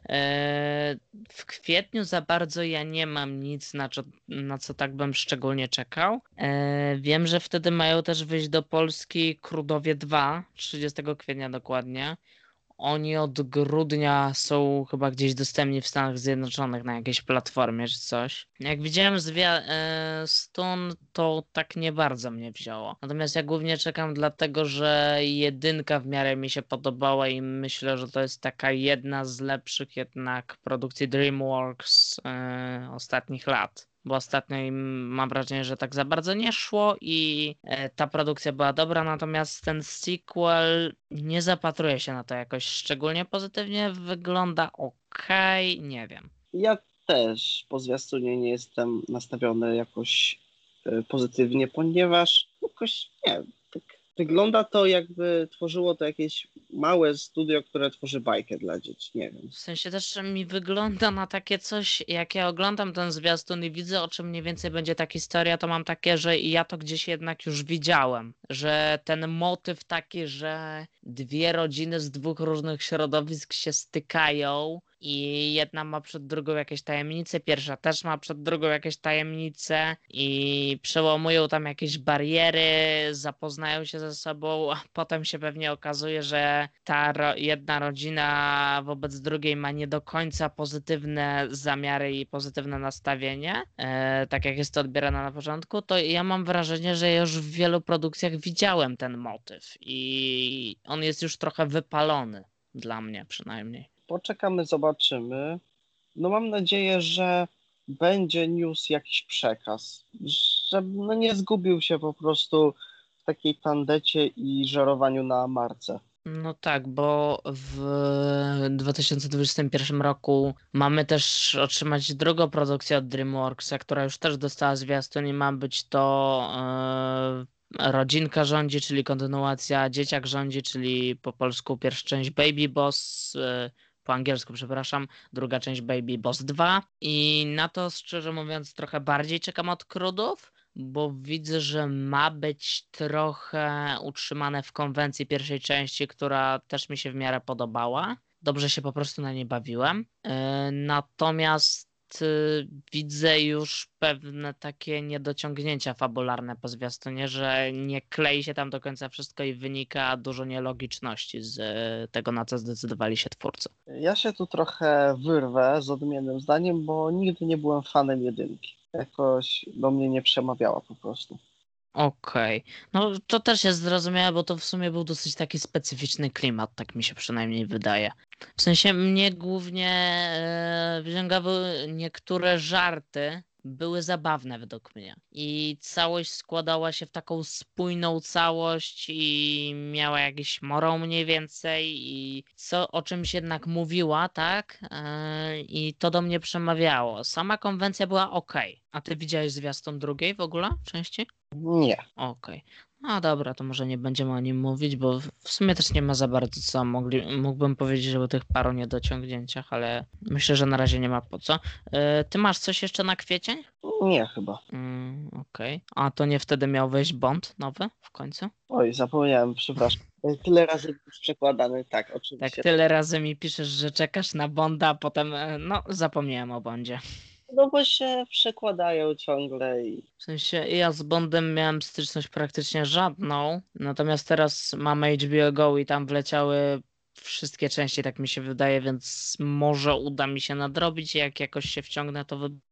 W kwietniu za bardzo ja nie mam nic, na co tak bym szczególnie czekał. Wiem, że wtedy mają też wyjść do Polski Krudowie 2, 30 kwietnia dokładnie. Oni od grudnia są chyba gdzieś dostępni w Stanach Zjednoczonych na jakiejś platformie czy coś. Jak widziałem zwiastun, to tak nie bardzo mnie wzięło. Natomiast ja głównie czekam dlatego, że jedynka w miarę mi się podobała i myślę, że to jest taka jedna z lepszych jednak produkcji DreamWorks ostatnich lat. Bo ostatnio im mam wrażenie, że tak za bardzo nie szło i ta produkcja była dobra, natomiast ten sequel nie zapatruje się na to jakoś szczególnie pozytywnie, wygląda okej, nie wiem. Ja też po zwiastunie nie jestem nastawiony jakoś pozytywnie, ponieważ jakoś, nie wiem, tak wygląda to, jakby tworzyło to jakieś małe studio, które tworzy bajkę dla dzieci, nie wiem. W sensie też mi wygląda na takie coś, jak ja oglądam ten zwiastun i widzę, o czym mniej więcej będzie ta historia, to mam takie, że ja to gdzieś jednak już widziałem, że ten motyw taki, że dwie rodziny z dwóch różnych środowisk się stykają i jedna ma przed drugą jakieś tajemnice, pierwsza też ma przed drugą jakieś tajemnice i przełamują tam jakieś bariery, zapoznają się ze sobą, a potem się pewnie okazuje, że ta jedna rodzina wobec drugiej ma nie do końca pozytywne zamiary i pozytywne nastawienie, tak jak jest to odbierane na początku, to ja mam wrażenie, że już w wielu produkcjach widziałem ten motyw i on jest już trochę wypalony, dla mnie przynajmniej. Poczekamy, zobaczymy. No mam nadzieję, że będzie niósł jakiś przekaz, że no nie zgubił się po prostu w takiej tandecie i żerowaniu na marce. No tak, bo w 2021 roku mamy też otrzymać drugą produkcję od DreamWorksa, która już też dostała zwiastun i ma być to Rodzinka rządzi, czyli kontynuacja Dzieciak rządzi, czyli po polsku pierwsza część Baby Boss, po angielsku przepraszam, druga część Baby Boss 2 i na to szczerze mówiąc trochę bardziej czekam od Krudów, bo widzę, że ma być trochę utrzymane w konwencji pierwszej części, która też mi się w miarę podobała. Dobrze się po prostu na niej bawiłem. Natomiast widzę już pewne takie niedociągnięcia fabularne po zwiastunie, że nie klei się tam do końca wszystko i wynika dużo nielogiczności z tego, na co zdecydowali się twórcy. Ja się tu trochę wyrwę z odmiennym zdaniem, bo nigdy nie byłem fanem jedynki. Jakoś do mnie nie przemawiała po prostu. Okej. No to też jest zrozumiałe, bo to w sumie był dosyć taki specyficzny klimat, tak mi się przynajmniej wydaje. W sensie mnie głównie wziągały niektóre żarty, były zabawne według mnie. I całość składała się w taką spójną całość i miała jakiś morał mniej więcej i o czymś jednak mówiła, tak? I to do mnie przemawiało. Sama konwencja była okej. A ty widziałeś zwiastun drugiej w ogóle części? Nie. Okej. No dobra, to może nie będziemy o nim mówić, bo w sumie też nie ma za bardzo co. Mógłbym powiedzieć o tych paru niedociągnięciach, ale myślę, że na razie nie ma po co. Ty masz coś jeszcze na kwiecień? Nie chyba. Okej. A to nie wtedy miał wejść Bond nowy w końcu? Oj, zapomniałem, przepraszam. Tyle razy już przekładany, tak, Tak oczywiście. tyle razy mi piszesz, że czekasz na Bonda, a potem no zapomniałem o Bondzie. No bo się przekładają ciągle i W sensie ja z Bondem miałem styczność praktycznie żadną, natomiast teraz mamy HBO Go i tam wleciały wszystkie części, tak mi się wydaje, więc może uda mi się nadrobić, jak jakoś się wciągnę, to wybrał.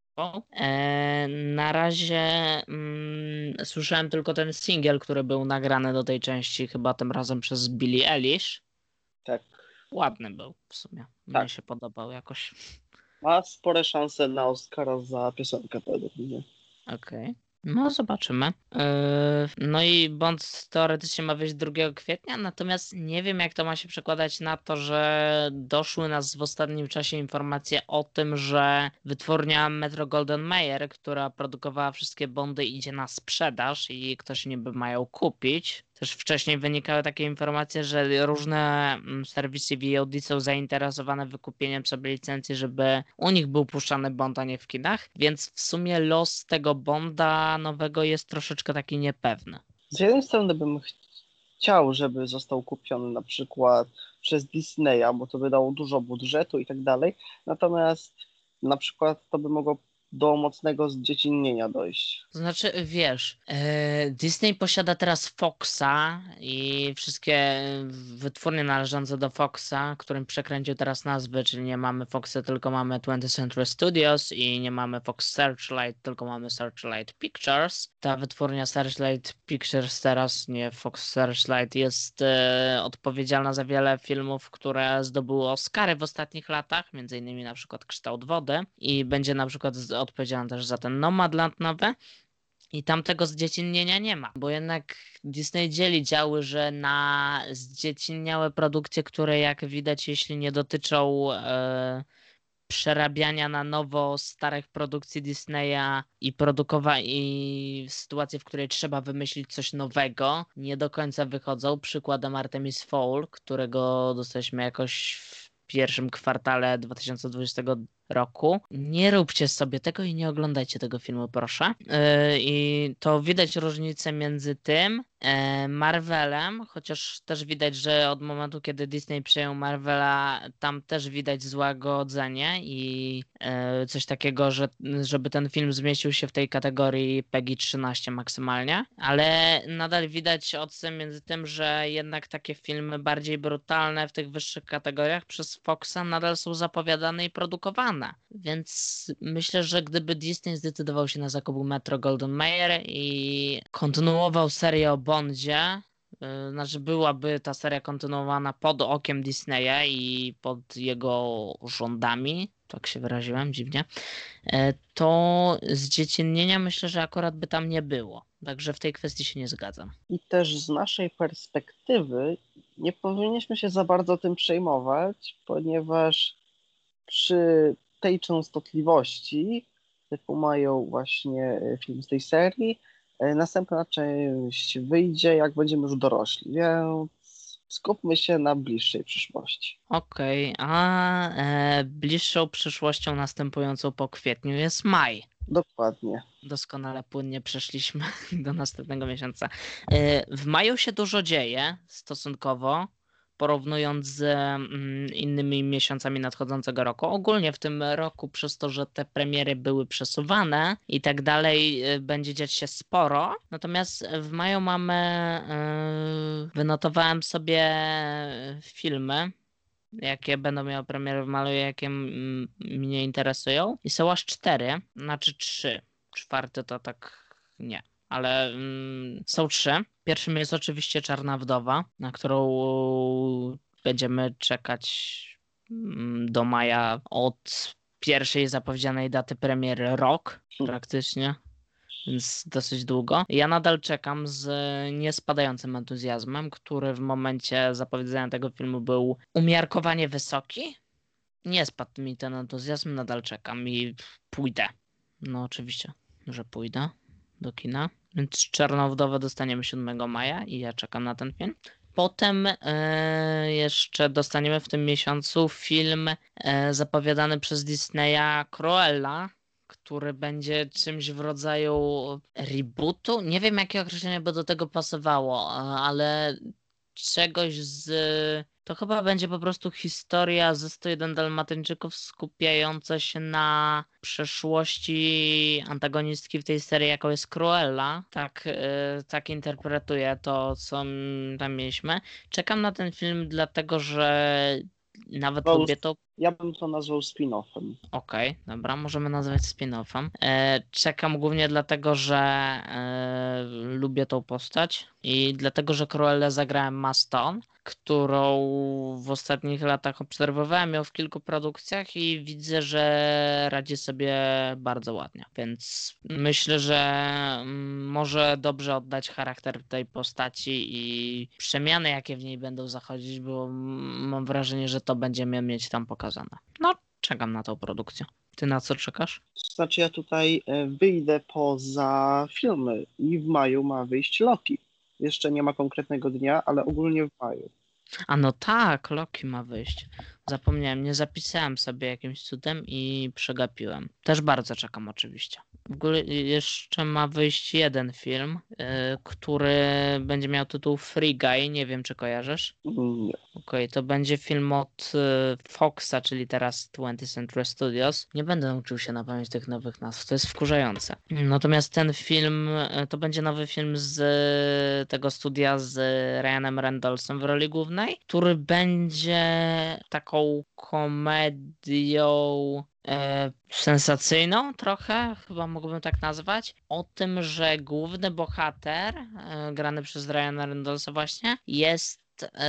Na razie słyszałem tylko ten singiel, który był nagrany do tej części, chyba tym razem przez Billie Eilish. tak. Ładny był w sumie, Tak. mnie się podobał jakoś. Ma spore szanse na Oscara za piosenkę według mnie. Okej. No, zobaczymy. No i Bond teoretycznie ma wyjść 2 kwietnia, natomiast nie wiem, jak to ma się przekładać na to, że doszły nas w ostatnim czasie informacje o tym, że wytwórnia Metro Goldwyn Mayer, która produkowała wszystkie Bondy, idzie na sprzedaż i ktoś niby ma ją kupić. Też wcześniej wynikały takie informacje, że różne serwisy VOD są zainteresowane wykupieniem sobie licencji, żeby u nich był puszczany Bond, a nie w kinach, więc w sumie los tego Bonda nowego jest troszeczkę taki niepewny. Z jednej strony bym chciał, żeby został kupiony na przykład przez Disneya, bo to by dało dużo budżetu i tak dalej. Natomiast na przykład to by mogło do mocnego zdziecinnienia dojść. To znaczy, wiesz, Disney posiada teraz Foxa i wszystkie wytwórnie należące do Foxa, którym przekręcił teraz nazwy, czyli nie mamy Foxa, tylko mamy 20th Century Studios i nie mamy Fox Searchlight, tylko mamy Searchlight Pictures. Ta wytwórnia Searchlight Pictures teraz, nie Fox Searchlight, jest odpowiedzialna za wiele filmów, które zdobyły Oscary w ostatnich latach, między innymi na przykład Kształt Wody i będzie na przykład odpowiedzialna też za ten Nomadland nowy. I tam tego zdziecinnienia nie ma, bo jednak Disney dzieli działy, że na zdziecinniałe produkcje, które jak widać, jeśli nie dotyczą przerabiania na nowo starych produkcji Disneya i sytuacje, w której trzeba wymyślić coś nowego, nie do końca wychodzą. Przykładem Artemis Fowl, którego dostaliśmy jakoś w pierwszym kwartale 2020 roku. Nie róbcie sobie tego i nie oglądajcie tego filmu, proszę. I to widać różnicę między tym Marvelem, chociaż też widać, że od momentu, kiedy Disney przejął Marvela, tam też widać złagodzenie i coś takiego, żeby ten film zmieścił się w tej kategorii PEGI 13 maksymalnie, ale nadal widać odstęp między tym, że jednak takie filmy bardziej brutalne w tych wyższych kategoriach przez Foxa nadal są zapowiadane i produkowane. Więc myślę, że gdyby Disney zdecydował się na zakup Metro Goldwyn Mayer i kontynuował serię o Bondzie, znaczy byłaby ta seria kontynuowana pod okiem Disneya i pod jego rządami, tak się wyraziłem dziwnie, to zdziecinnienia myślę, że akurat by tam nie było. Także w tej kwestii się nie zgadzam. I też z naszej perspektywy nie powinniśmy się za bardzo tym przejmować, ponieważ przy tej częstotliwości, typu mają właśnie film z tej serii, następna część wyjdzie, jak będziemy już dorośli, więc skupmy się na bliższej przyszłości. Okej, a bliższą przyszłością następującą po kwietniu jest maj. Dokładnie. Doskonale płynnie przeszliśmy do następnego miesiąca. W maju się dużo dzieje stosunkowo, porównując z innymi miesiącami nadchodzącego roku. Ogólnie w tym roku, przez to, że te premiery były przesuwane i tak dalej, będzie dziać się sporo. Natomiast w maju wynotowałem sobie filmy, jakie będą miały premierę w maju, jakie mnie interesują. I są aż 4, znaczy 3. Czwarty to tak nie, ale są 3. Pierwszym jest oczywiście Czarna Wdowa, na którą będziemy czekać do maja od pierwszej zapowiedzianej daty premiery rok praktycznie. Więc dosyć długo. Ja nadal czekam z niespadającym entuzjazmem, który w momencie zapowiedzenia tego filmu był umiarkowanie wysoki. Nie spadł mi ten entuzjazm, nadal czekam i pójdę. No oczywiście, że pójdę do kina. Więc Czarną Wdowę dostaniemy 7 maja i ja czekam na ten film. Potem jeszcze dostaniemy w tym miesiącu film zapowiadany przez Disneya Cruella, który będzie czymś w rodzaju rebootu. Nie wiem, jakie określenie by do tego pasowało, ale czegoś to chyba będzie po prostu historia ze 101 Dalmatyńczyków skupiająca się na przeszłości antagonistki w tej serii, jaką jest Cruella. Tak interpretuję to, co tam mieliśmy. Czekam na ten film, dlatego że nawet lubię to. Ja bym to nazwał spin-offem. Okej, dobra, możemy nazwać spin-offem. Czekam głównie dlatego, że lubię tą postać i dlatego, że Cruellę zagrałem Ma Stone, którą w ostatnich latach obserwowałem ją w kilku produkcjach i widzę, że radzi sobie bardzo ładnie. Więc myślę, że może dobrze oddać charakter tej postaci i przemiany, jakie w niej będą zachodzić, bo mam wrażenie, że to będziemy mieć tam pokazane. No, czekam na tą produkcję. Ty na co czekasz? Znaczy ja tutaj wyjdę poza filmy i w maju ma wyjść Loki. Jeszcze nie ma konkretnego dnia, ale ogólnie w maju. A no tak, Loki ma wyjść. Zapomniałem, nie zapisałem sobie jakimś cudem i przegapiłem. Też bardzo czekam oczywiście. W ogóle jeszcze ma wyjść jeden film, który będzie miał tytuł Free Guy, nie wiem czy kojarzysz. Nie. Okej, to będzie film od Foxa, czyli teraz 20th Century Studios. Nie będę uczył się na pamięć tych nowych nazw, to jest wkurzające. Natomiast ten film, to będzie nowy film z tego studia z Ryanem Reynoldsem w roli głównej, który będzie taką komedią sensacyjną trochę, chyba mógłbym tak nazwać, o tym, że główny bohater, grany przez Ryana Reynoldsa właśnie, jest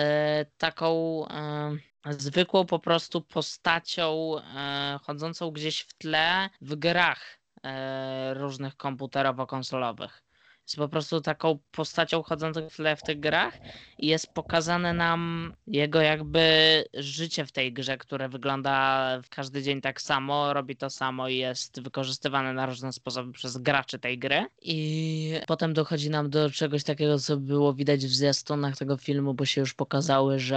taką zwykłą po prostu postacią chodzącą gdzieś w tle w grach różnych komputerowo-konsolowych. Jest po prostu taką postacią chodzącą w tle w tych grach i jest pokazane nam jego jakby życie w tej grze, które wygląda w każdy dzień tak samo, robi to samo i jest wykorzystywane na różne sposoby przez graczy tej gry. I potem dochodzi nam do czegoś takiego, co było widać w zwiastunach tego filmu, bo się już pokazały, że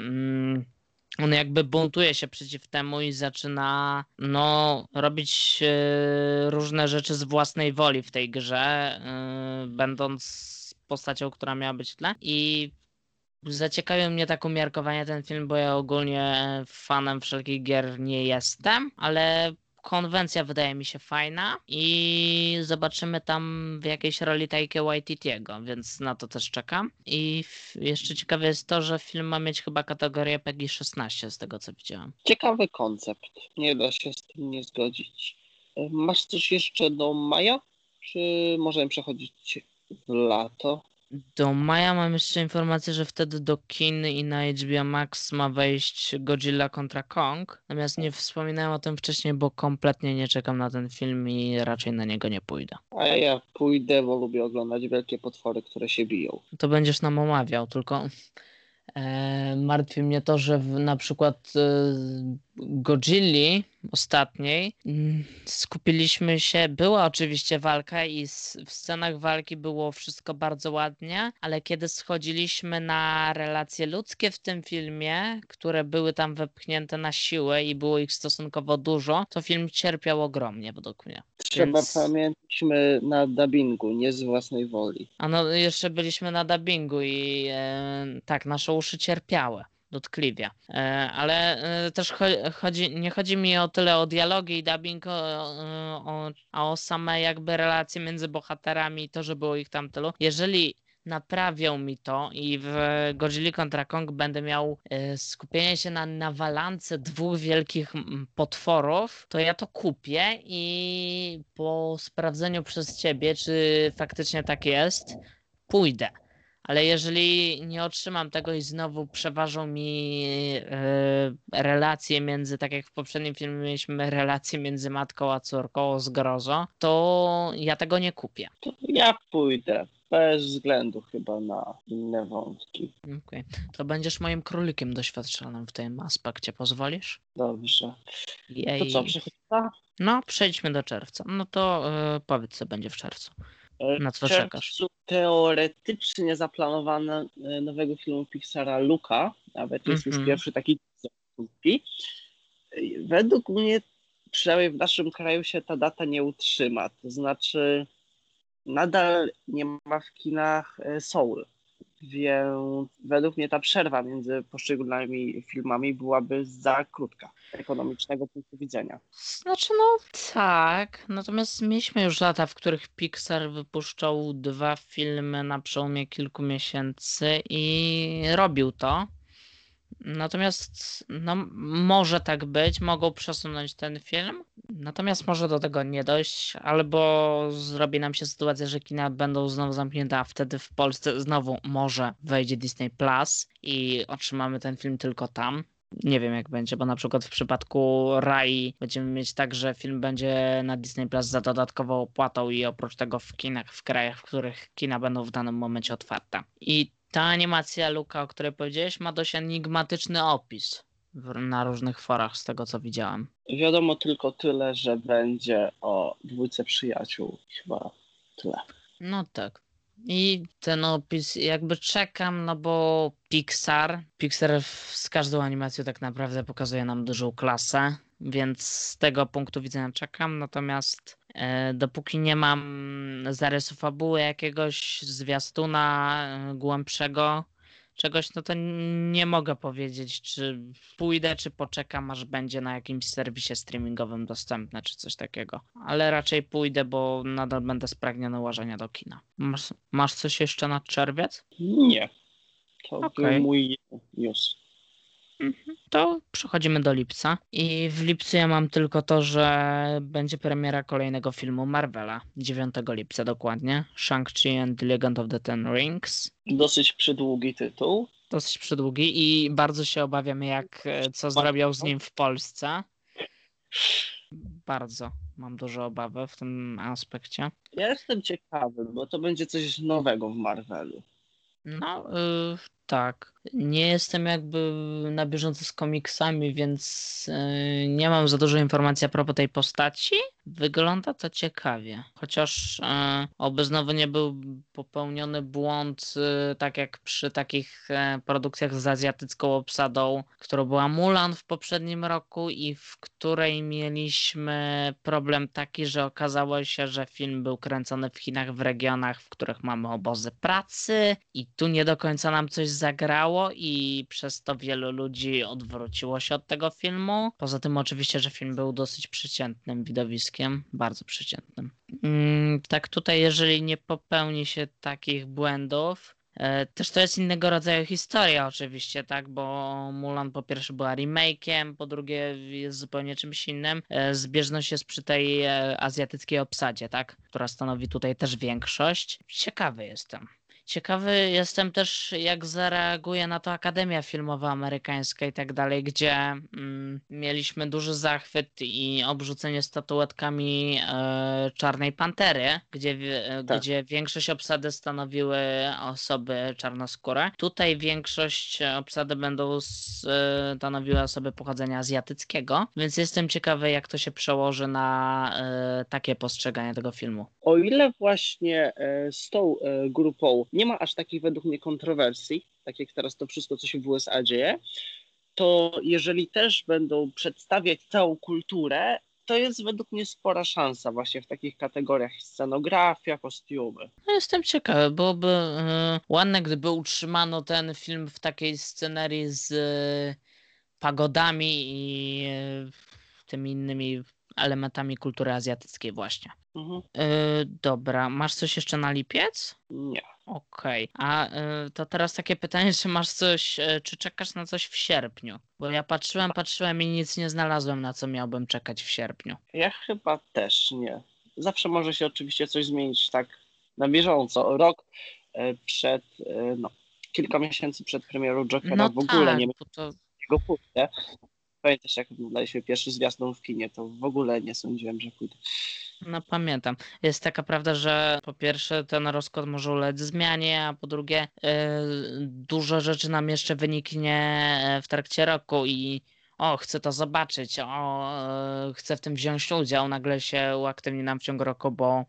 on jakby buntuje się przeciw temu i zaczyna robić różne rzeczy z własnej woli w tej grze, będąc postacią, która miała być w tle. I zaciekawił mnie tak umiarkowanie ten film, bo ja ogólnie fanem wszelkich gier nie jestem, ale konwencja wydaje mi się fajna i zobaczymy tam w jakiejś roli Taika Waititiego, więc na to też czekam. I jeszcze ciekawe jest to, że film ma mieć chyba kategorię PEGI 16 z tego co widziałem. Ciekawy koncept. Nie da się z tym nie zgodzić. Masz coś jeszcze do maja? Czy możemy przechodzić w lato? Do maja mam jeszcze informację, że wtedy do kin i na HBO Max ma wejść Godzilla kontra Kong. Natomiast nie wspominałem o tym wcześniej, bo kompletnie nie czekam na ten film i raczej na niego nie pójdę. A ja pójdę, bo lubię oglądać wielkie potwory, które się biją. To będziesz nam omawiał, tylko martwi mnie to, że na przykład Godzilli ostatniej skupiliśmy się, była oczywiście walka i w scenach walki było wszystko bardzo ładnie, ale kiedy schodziliśmy na relacje ludzkie w tym filmie, które były tam wepchnięte na siłę i było ich stosunkowo dużo, to film cierpiał ogromnie według mnie. Trzeba pamiętać, my na dubbingu, nie z własnej woli. A no jeszcze byliśmy na dubbingu i tak, nasze uszy cierpiały dotkliwie. Ale też nie chodzi mi o tyle o dialogi i dubbing, a o same jakby relacje między bohaterami i to, że było ich tam tylu. Jeżeli naprawią mi to i w Godzilli kontra Kong będę miał skupienie się na nawalance dwóch wielkich potworów, to ja to kupię i po sprawdzeniu przez ciebie, czy faktycznie tak jest, pójdę. Ale jeżeli nie otrzymam tego i znowu przeważą mi relacje między, tak jak w poprzednim filmie mieliśmy relacje między matką a córką o zgrozo, to ja tego nie kupię. To ja pójdę. Bez względu chyba na inne wątki. Okay. To będziesz moim królikiem doświadczonym w tym aspekcie, pozwolisz? Dobrze. Jej. To co, przechodzimy? No, przejdźmy do czerwca. No to powiedz, co będzie w czerwcu. Na co czekasz? Teoretycznie zaplanowane nowego filmu Pixara Luka, nawet jest już pierwszy taki krótki. Według mnie, przynajmniej w naszym kraju się ta data nie utrzyma. To znaczy nadal nie ma w kinach Soul, więc według mnie ta przerwa między poszczególnymi filmami byłaby za krótka, ekonomicznego punktu widzenia. Znaczy no tak, natomiast mieliśmy już lata, w których Pixar wypuszczał 2 filmy na przełomie kilku miesięcy i robił to. Natomiast no, może tak być, mogą przesunąć ten film, natomiast może do tego nie dojść, albo zrobi nam się sytuacja, że kina będą znowu zamknięte, a wtedy w Polsce znowu może wejdzie Disney Plus i otrzymamy ten film tylko tam. Nie wiem jak będzie, bo na przykład w przypadku Rai będziemy mieć tak, że film będzie na Disney Plus za dodatkową opłatą i oprócz tego w kinach, w krajach, w których kina będą w danym momencie otwarte. I ta animacja Luka, o której powiedziałeś, ma dość enigmatyczny opis na różnych forach z tego co widziałem. Wiadomo tylko tyle, że będzie o 2 przyjaciół. Chyba tyle. No tak. I ten opis jakby czekam, no bo Pixar z każdą animacją tak naprawdę pokazuje nam dużą klasę, więc z tego punktu widzenia czekam, natomiast Dopóki nie mam zarysu fabuły, jakiegoś zwiastuna głębszego, czegoś, no to nie mogę powiedzieć, czy pójdę, czy poczekam, aż będzie na jakimś serwisie streamingowym dostępne, czy coś takiego. Ale raczej pójdę, bo nadal będę spragniony łażenia do kina. Masz coś jeszcze na czerwiec? Nie, to był Okej. mój news. To przechodzimy do lipca. I w lipcu ja mam tylko to, że będzie premiera kolejnego filmu Marvela. 9 lipca dokładnie. Shang-Chi and the Legend of the Ten Rings. Dosyć przydługi tytuł. Dosyć przydługi i bardzo się obawiam, co zrobią z nim w Polsce. Bardzo mam duże obawy w tym aspekcie. Ja jestem ciekawy, bo to będzie coś nowego w Marvelu. No, tak. Nie jestem jakby na bieżąco z komiksami, więc nie mam za dużo informacji a propos tej postaci. Wygląda to ciekawie. Chociaż oby znowu nie był popełniony błąd, tak jak przy takich produkcjach z azjatycką obsadą, którą była Mulan w poprzednim roku i w której mieliśmy problem taki, że okazało się, że film był kręcony w Chinach w regionach, w których mamy obozy pracy i tu nie do końca nam coś zagrało i przez to wielu ludzi odwróciło się od tego filmu. Poza tym oczywiście, że film był dosyć przeciętnym widowiskiem, bardzo przeciętnym. Tak tutaj, jeżeli nie popełni się takich błędów, też to jest innego rodzaju historia oczywiście, tak, bo Mulan po pierwsze była remake'iem, po drugie jest zupełnie czymś innym. Zbieżność jest przy tej azjatyckiej obsadzie, tak, która stanowi tutaj też większość. Ciekawy jestem. Ciekawy jestem też, jak zareaguje na to Akademia Filmowa Amerykańska i tak dalej, gdzie mieliśmy duży zachwyt i obrzucenie statuetkami Czarnej Pantery, gdzie większość obsady stanowiły osoby czarnoskóre. Tutaj większość obsady będą stanowiły osoby pochodzenia azjatyckiego, więc jestem ciekawy, jak to się przełoży na takie postrzeganie tego filmu. O ile właśnie z tą grupą nie ma aż takich według mnie kontrowersji, tak jak teraz to wszystko, co się w USA dzieje, to jeżeli też będą przedstawiać całą kulturę, to jest według mnie spora szansa właśnie w takich kategoriach scenografia, kostiumy. No jestem ciekawy, byłoby ładne, gdyby utrzymano ten film w takiej scenerii z pagodami i tymi innymi elementami kultury azjatyckiej właśnie. Mhm. Dobra, masz coś jeszcze na lipiec? Nie. Okej. A to teraz takie pytanie, czy masz coś, czy czekasz na coś w sierpniu? Bo ja patrzyłem i nic nie znalazłem, na co miałbym czekać w sierpniu. Ja chyba też nie. Zawsze może się oczywiście coś zmienić tak na bieżąco. Rok przed, kilka miesięcy przed premierą Jokera No w ogóle tak, nie bo to go pójdę. Pamiętasz, jak oglądaliśmy pierwszy zwiastun w kinie, to w ogóle nie sądziłem, że pójdę. no pamiętam. Jest taka prawda, że po pierwsze ten rozkład może ulec zmianie, a po drugie dużo rzeczy nam jeszcze wyniknie w trakcie roku i chcę to zobaczyć, chcę w tym wziąć udział, nagle się uaktywni nam w ciągu roku, bo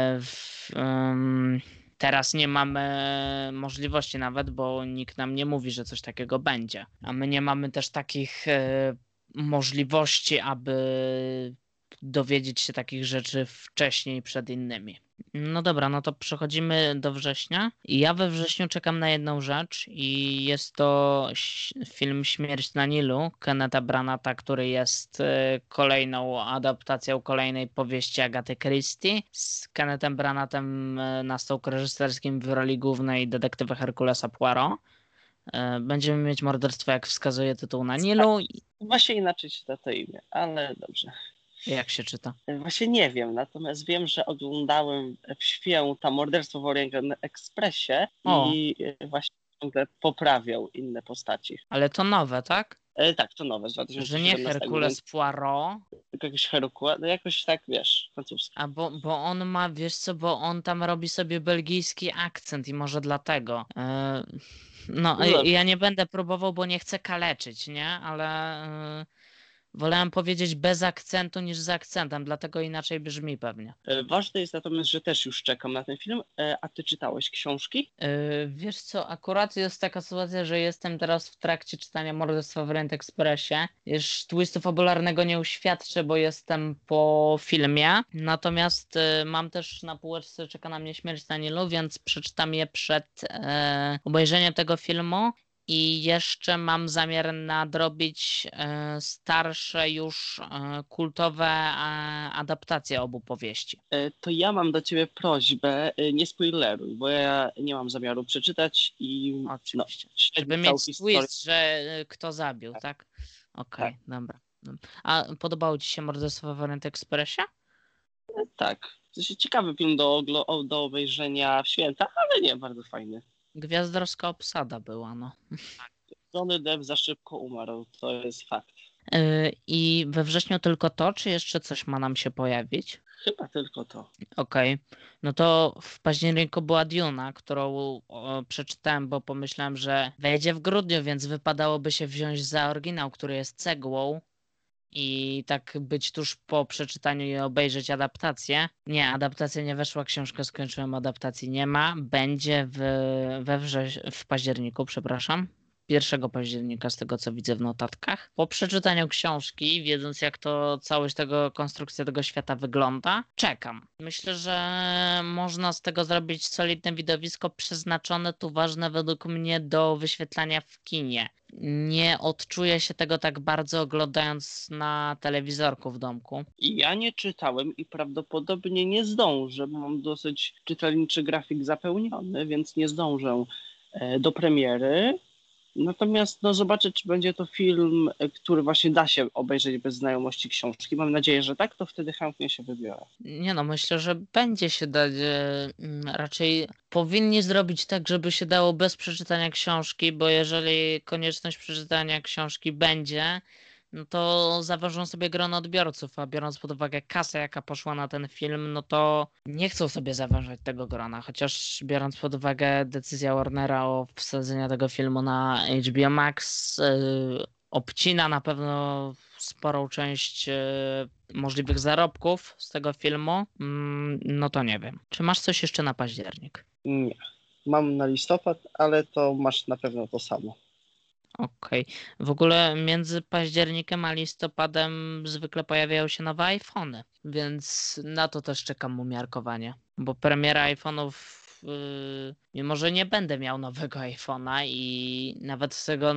teraz nie mamy możliwości nawet, bo nikt nam nie mówi, że coś takiego będzie. A my nie mamy też takich możliwości, aby dowiedzieć się takich rzeczy wcześniej przed innymi. No dobra, no to przechodzimy do września. I ja we wrześniu czekam na jedną rzecz i jest to film Śmierć na Nilu Kennetha Branagha, który jest kolejną adaptacją kolejnej powieści Agaty Christie z Kennethem Branaghem na stołku reżyserskim w roli głównej detektywa Herkulesa Poirot. Będziemy mieć morderstwo, jak wskazuje tytuł, na Nilu. Właśnie inaczej czyta to imię, ale dobrze. Jak się czyta? Właśnie nie wiem, natomiast wiem, że oglądałem w święta Morderstwo w Orient Expressie i właśnie ciągle poprawiał inne postaci. Ale to nowe, tak? Tak, to nowe z Że 2017. nie Herkules Poirot. Tylko jakiś Herkules, no jakoś tak, wiesz, francuski. A bo on ma, wiesz co, bo on tam robi sobie belgijski akcent i może dlatego. No, No. ja nie będę próbował, bo nie chcę kaleczyć, nie? Ale Wolałem powiedzieć bez akcentu niż z akcentem, dlatego inaczej brzmi pewnie. Ważne jest natomiast, że też już czekam na ten film. A ty czytałeś książki? Wiesz co, akurat jest taka sytuacja, że jestem teraz w trakcie czytania Morderstwa w Orient Expressie. Już twistu fabularnego nie uświadczę, bo jestem po filmie. Natomiast mam też na półeczce Czeka na mnie śmierć na Nilu, więc przeczytam je przed obejrzeniem tego filmu. I jeszcze mam zamiar nadrobić starsze już kultowe adaptacje obu powieści. To ja mam do ciebie prośbę, nie spoileruj, bo ja nie mam zamiaru przeczytać i Oczywiście. śledzę Żeby całą mieć historię. twist, że kto zabił, tak? Okej, dobra. A podobało ci się Morderstwo w Orient Expressie? Tak, w sensie ciekawy film do obejrzenia w święta, ale nie, bardzo fajny. Gwiazdorska obsada była, no. Johnny Depp za szybko umarł, to jest fakt. I we wrześniu tylko to, czy jeszcze coś ma nam się pojawić? Chyba tylko to. Okej. No to w październiku była Duna, którą przeczytałem, bo pomyślałem, że wejdzie w grudniu, więc wypadałoby się wziąć za oryginał, który jest cegłą i tak być tuż po przeczytaniu i obejrzeć adaptację. Nie, adaptacja nie weszła, książkę skończyłem, adaptacji nie ma. Będzie w październiku, przepraszam. 1 października, z tego co widzę w notatkach. Po przeczytaniu książki, wiedząc jak to całość konstrukcja tego świata wygląda, czekam. Myślę, że można z tego zrobić solidne widowisko przeznaczone tu ważne według mnie do wyświetlania w kinie. Nie odczuję się tego tak bardzo oglądając na telewizorku w domku. Ja nie czytałem i prawdopodobnie nie zdążę, bo mam dosyć czytelniczy grafik zapełniony, więc nie zdążę do premiery. Natomiast zobaczę, czy będzie to film, który właśnie da się obejrzeć bez znajomości książki. Mam nadzieję, że tak, to wtedy chętnie się wybiorę. Nie no, myślę, że będzie się dać. Raczej powinni zrobić tak, żeby się dało bez przeczytania książki, bo jeżeli konieczność przeczytania książki będzie, no to zaważą sobie grono odbiorców, a biorąc pod uwagę kasę, jaka poszła na ten film, no to nie chcą sobie zaważać tego grona, chociaż biorąc pod uwagę decyzję Warnera o wsadzeniu tego filmu na HBO Max, obcina na pewno sporą część możliwych zarobków z tego filmu, no to nie wiem. Czy masz coś jeszcze na październik? Nie. Mam na listopad, ale to masz na pewno to samo. Okej. W ogóle między październikiem a listopadem zwykle pojawiają się nowe iPhony, więc na to też czekam umiarkowanie, bo premiera iPhone'ów, mimo że nie będę miał nowego iPhone'a i nawet z tego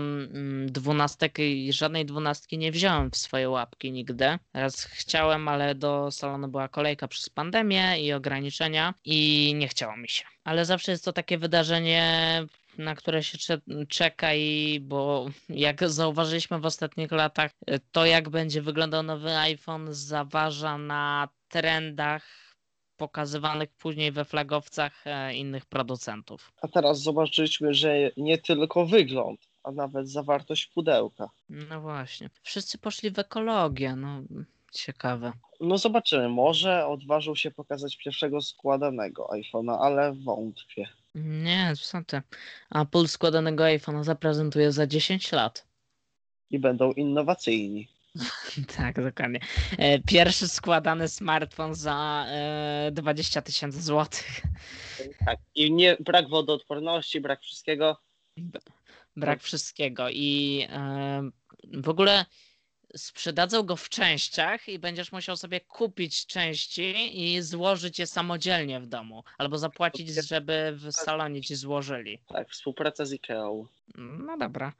12 i żadnej 12 nie wziąłem w swoje łapki nigdy. Raz chciałem, ale do salonu była kolejka przez pandemię i ograniczenia i nie chciało mi się. Ale zawsze jest to takie wydarzenie, na które się czeka, bo jak zauważyliśmy w ostatnich latach, to jak będzie wyglądał nowy iPhone zaważa na trendach pokazywanych później we flagowcach innych producentów. A teraz zobaczyliśmy, że nie tylko wygląd, a nawet zawartość pudełka. No właśnie. Wszyscy poszli w ekologię, no ciekawe. Zobaczymy, może odważył się pokazać pierwszego składanego iPhone'a, ale wątpię. Nie, co ty. Apple składanego iPhone'a zaprezentuje za 10 lat. I będą innowacyjni. Tak, dokładnie. Pierwszy składany smartfon za 20 000 złotych. Tak. I nie, brak wodoodporności, brak wszystkiego. Brak wszystkiego i w ogóle sprzedadzą go w częściach i będziesz musiał sobie kupić części i złożyć je samodzielnie w domu. Albo zapłacić, żeby w salonie ci złożyli. Tak, współpraca z Ikeą. No dobra.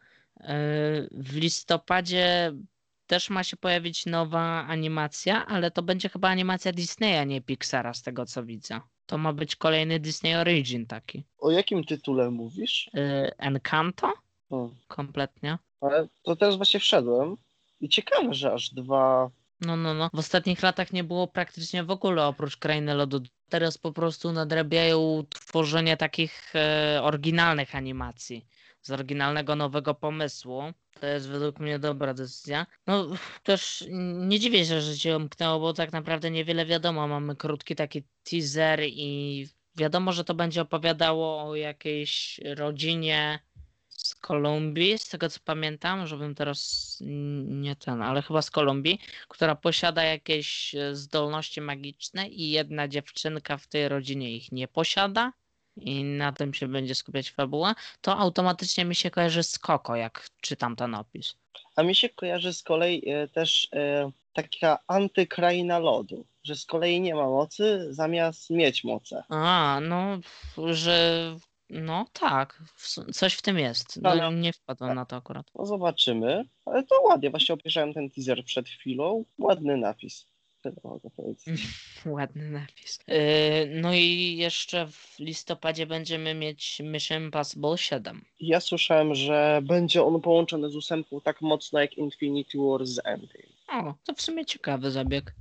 W listopadzie też ma się pojawić nowa animacja, ale to będzie chyba animacja Disneya, nie Pixara, z tego co widzę. To ma być kolejny Disney Origin taki. O jakim tytule mówisz? Encanto? Hmm. Kompletnie. Ale to teraz właśnie wszedłem i ciekawe, że aż 2... No. W ostatnich latach nie było praktycznie w ogóle oprócz Krainy Lodu. Teraz po prostu nadrabiają tworzenie takich oryginalnych animacji. Z oryginalnego nowego pomysłu. To jest według mnie dobra decyzja. No też nie dziwię się, że cię omknęło, bo tak naprawdę niewiele wiadomo. Mamy krótki taki teaser i wiadomo, że to będzie opowiadało o jakiejś rodzinie z Kolumbii, z tego co pamiętam, żebym teraz nie ten, ale chyba z Kolumbii, która posiada jakieś zdolności magiczne i jedna dziewczynka w tej rodzinie ich nie posiada i na tym się będzie skupiać fabuła, to automatycznie mi się kojarzy z Koko, jak czytam ten opis. A mi się kojarzy z kolei też taka antykraina lodu, że z kolei nie ma mocy zamiast mieć moce. No, że no tak, coś w tym jest. No Ale nie wpadłem na to akurat. no zobaczymy, ale to ładnie, właśnie obejrzałem ten teaser przed chwilą, ładny napis. Tyle mogę powiedzieć. Ładny napis. No i jeszcze w listopadzie będziemy mieć Mission Impossible 7. Ja słyszałem, że będzie on połączony z ósemką tak mocno jak Infinity War z Endgame. O, to w sumie ciekawy zabieg.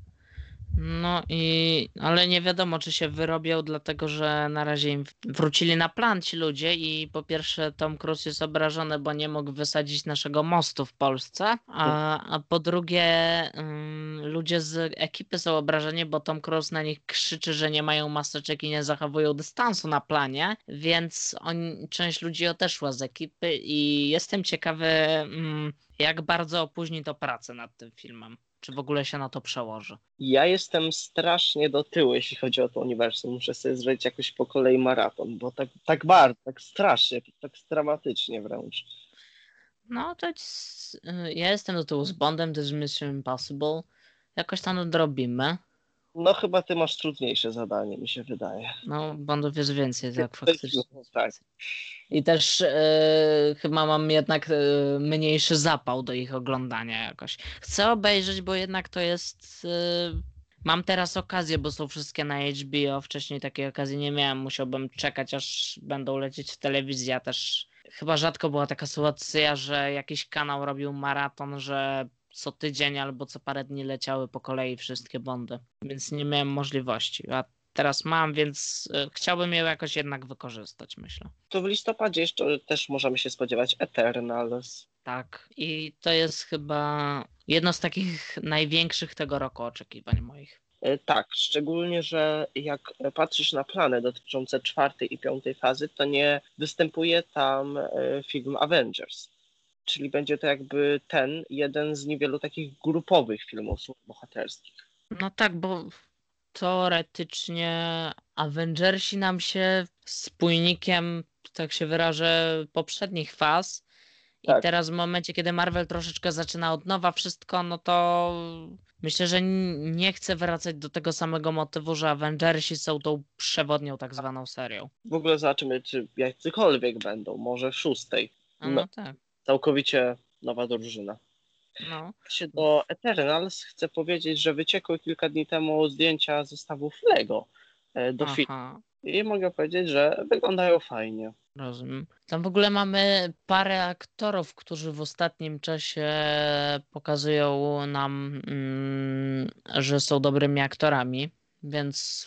No ale nie wiadomo, czy się wyrobią, dlatego że na razie im wrócili na plan ci ludzie i po pierwsze Tom Cruise jest obrażony, bo nie mógł wysadzić naszego mostu w Polsce, a po drugie ludzie z ekipy są obrażeni, bo Tom Cruise na nich krzyczy, że nie mają maseczek i nie zachowują dystansu na planie, więc część ludzi odeszła z ekipy i jestem ciekawy, jak bardzo opóźni to pracę nad tym filmem. Czy w ogóle się na to przełoży? Ja jestem strasznie do tyłu, jeśli chodzi o to uniwersum. Muszę sobie zrobić jakoś po kolei maraton, bo tak bardzo, tak strasznie, tak dramatycznie wręcz. No to ja jestem do tyłu z Bondem, to jest Mission Impossible. Jakoś tam nadrobimy. No chyba ty masz trudniejsze zadanie, mi się wydaje. No, Bondów jest więcej, tak faktycznie. Tak. I też chyba mam jednak mniejszy zapał do ich oglądania jakoś. Chcę obejrzeć, bo jednak to jest... Mam teraz okazję, bo są wszystkie na HBO. Wcześniej takiej okazji nie miałem. Musiałbym czekać, aż będą lecieć w telewizji. A też chyba rzadko była taka sytuacja, że jakiś kanał robił maraton, że co tydzień albo co parę dni leciały po kolei wszystkie Bondy. Więc nie miałem możliwości. A teraz mam, więc chciałbym ją jakoś jednak wykorzystać, myślę. To w listopadzie jeszcze też możemy się spodziewać Eternals. Tak, i to jest chyba jedno z takich największych tego roku oczekiwań moich. Tak, szczególnie, że jak patrzysz na plany dotyczące czwartej i piątej fazy, to nie występuje tam film Avengers. Czyli będzie to jakby jeden z niewielu takich grupowych filmów bohaterskich. No tak, bo teoretycznie Avengersi nam się spójnikiem, tak się wyrażę, poprzednich faz i Tak. teraz w momencie, kiedy Marvel troszeczkę zaczyna od nowa wszystko, no to myślę, że nie chcę wracać do tego samego motywu, że Avengersi są tą przewodnią tak zwaną serią. W ogóle zobaczymy, czy jacykolwiek będą, może w szóstej. No tak. Całkowicie nowa drużyna. No. Do Eternals chcę powiedzieć, że wyciekły kilka dni temu zdjęcia zestawów Lego do filmu. I mogę powiedzieć, że wyglądają fajnie. Rozumiem. Tam w ogóle mamy parę aktorów, którzy w ostatnim czasie pokazują nam, że są dobrymi aktorami, więc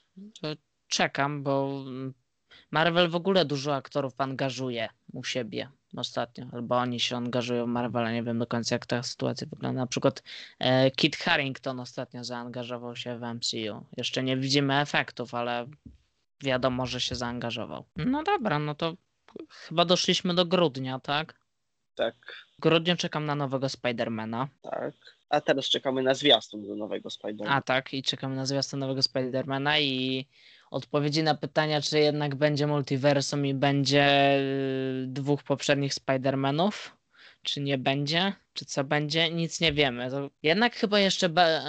czekam, bo Marvel w ogóle dużo aktorów angażuje u siebie ostatnio, albo oni się angażują w Marvela, nie wiem do końca jak ta sytuacja wygląda. Na przykład Kit Harington ostatnio zaangażował się w MCU. Jeszcze nie widzimy efektów, ale wiadomo, że się zaangażował. No dobra, no to chyba doszliśmy do grudnia, tak? Tak. W grudniu czekam na nowego Spidermana. Tak. A teraz czekamy na zwiastun do nowego Spidermana. A tak, i czekamy na zwiastun nowego Spidermana i odpowiedzi na pytania, czy jednak będzie multiversum i będzie dwóch poprzednich Spidermanów, czy nie będzie, czy co będzie, nic nie wiemy. To jednak chyba jeszcze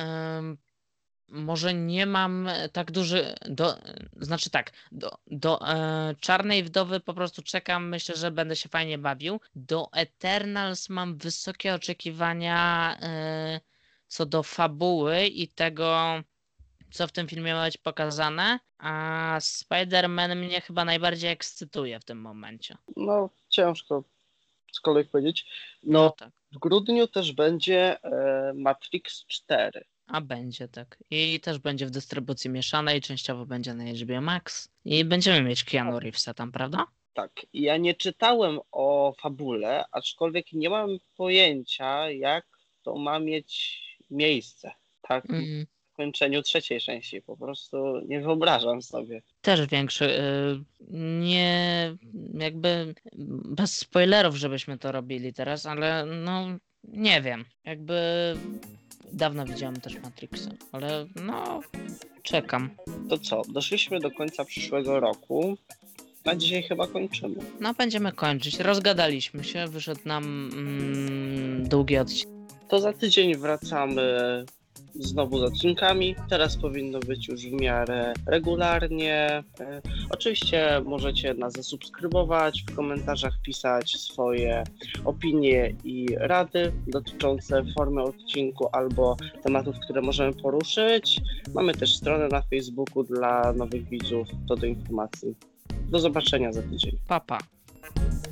może nie mam tak duży, znaczy tak, do Czarnej Wdowy po prostu czekam, myślę, że będę się fajnie bawił. Do Eternals mam wysokie oczekiwania co do fabuły i tego, co w tym filmie ma być pokazane, a Spider-Man mnie chyba najbardziej ekscytuje w tym momencie. No, ciężko cokolwiek powiedzieć. No tak. W grudniu też będzie Matrix 4. A będzie tak. I też będzie w dystrybucji mieszanej, częściowo będzie na HBO Max. I będziemy mieć Keanu Reevesa tam, prawda? Tak. Ja nie czytałem o fabule, aczkolwiek nie mam pojęcia, jak to ma mieć miejsce. Tak. zakończeniu trzeciej części. Po prostu nie wyobrażam sobie. Też większy. Nie, jakby bez spoilerów, żebyśmy to robili teraz, ale no nie wiem. Jakby dawno widziałem też Matrixa, ale no czekam. To co? Doszliśmy do końca przyszłego roku. Na dzisiaj chyba kończymy. No będziemy kończyć. Rozgadaliśmy się, wyszedł nam długi odcinek. To za tydzień wracamy znowu z odcinkami. Teraz powinno być już w miarę regularnie. Oczywiście możecie nas zasubskrybować, w komentarzach pisać swoje opinie i rady dotyczące formy odcinku albo tematów, które możemy poruszyć. Mamy też stronę na Facebooku dla nowych widzów, to do informacji. Do zobaczenia za tydzień. Pa, pa.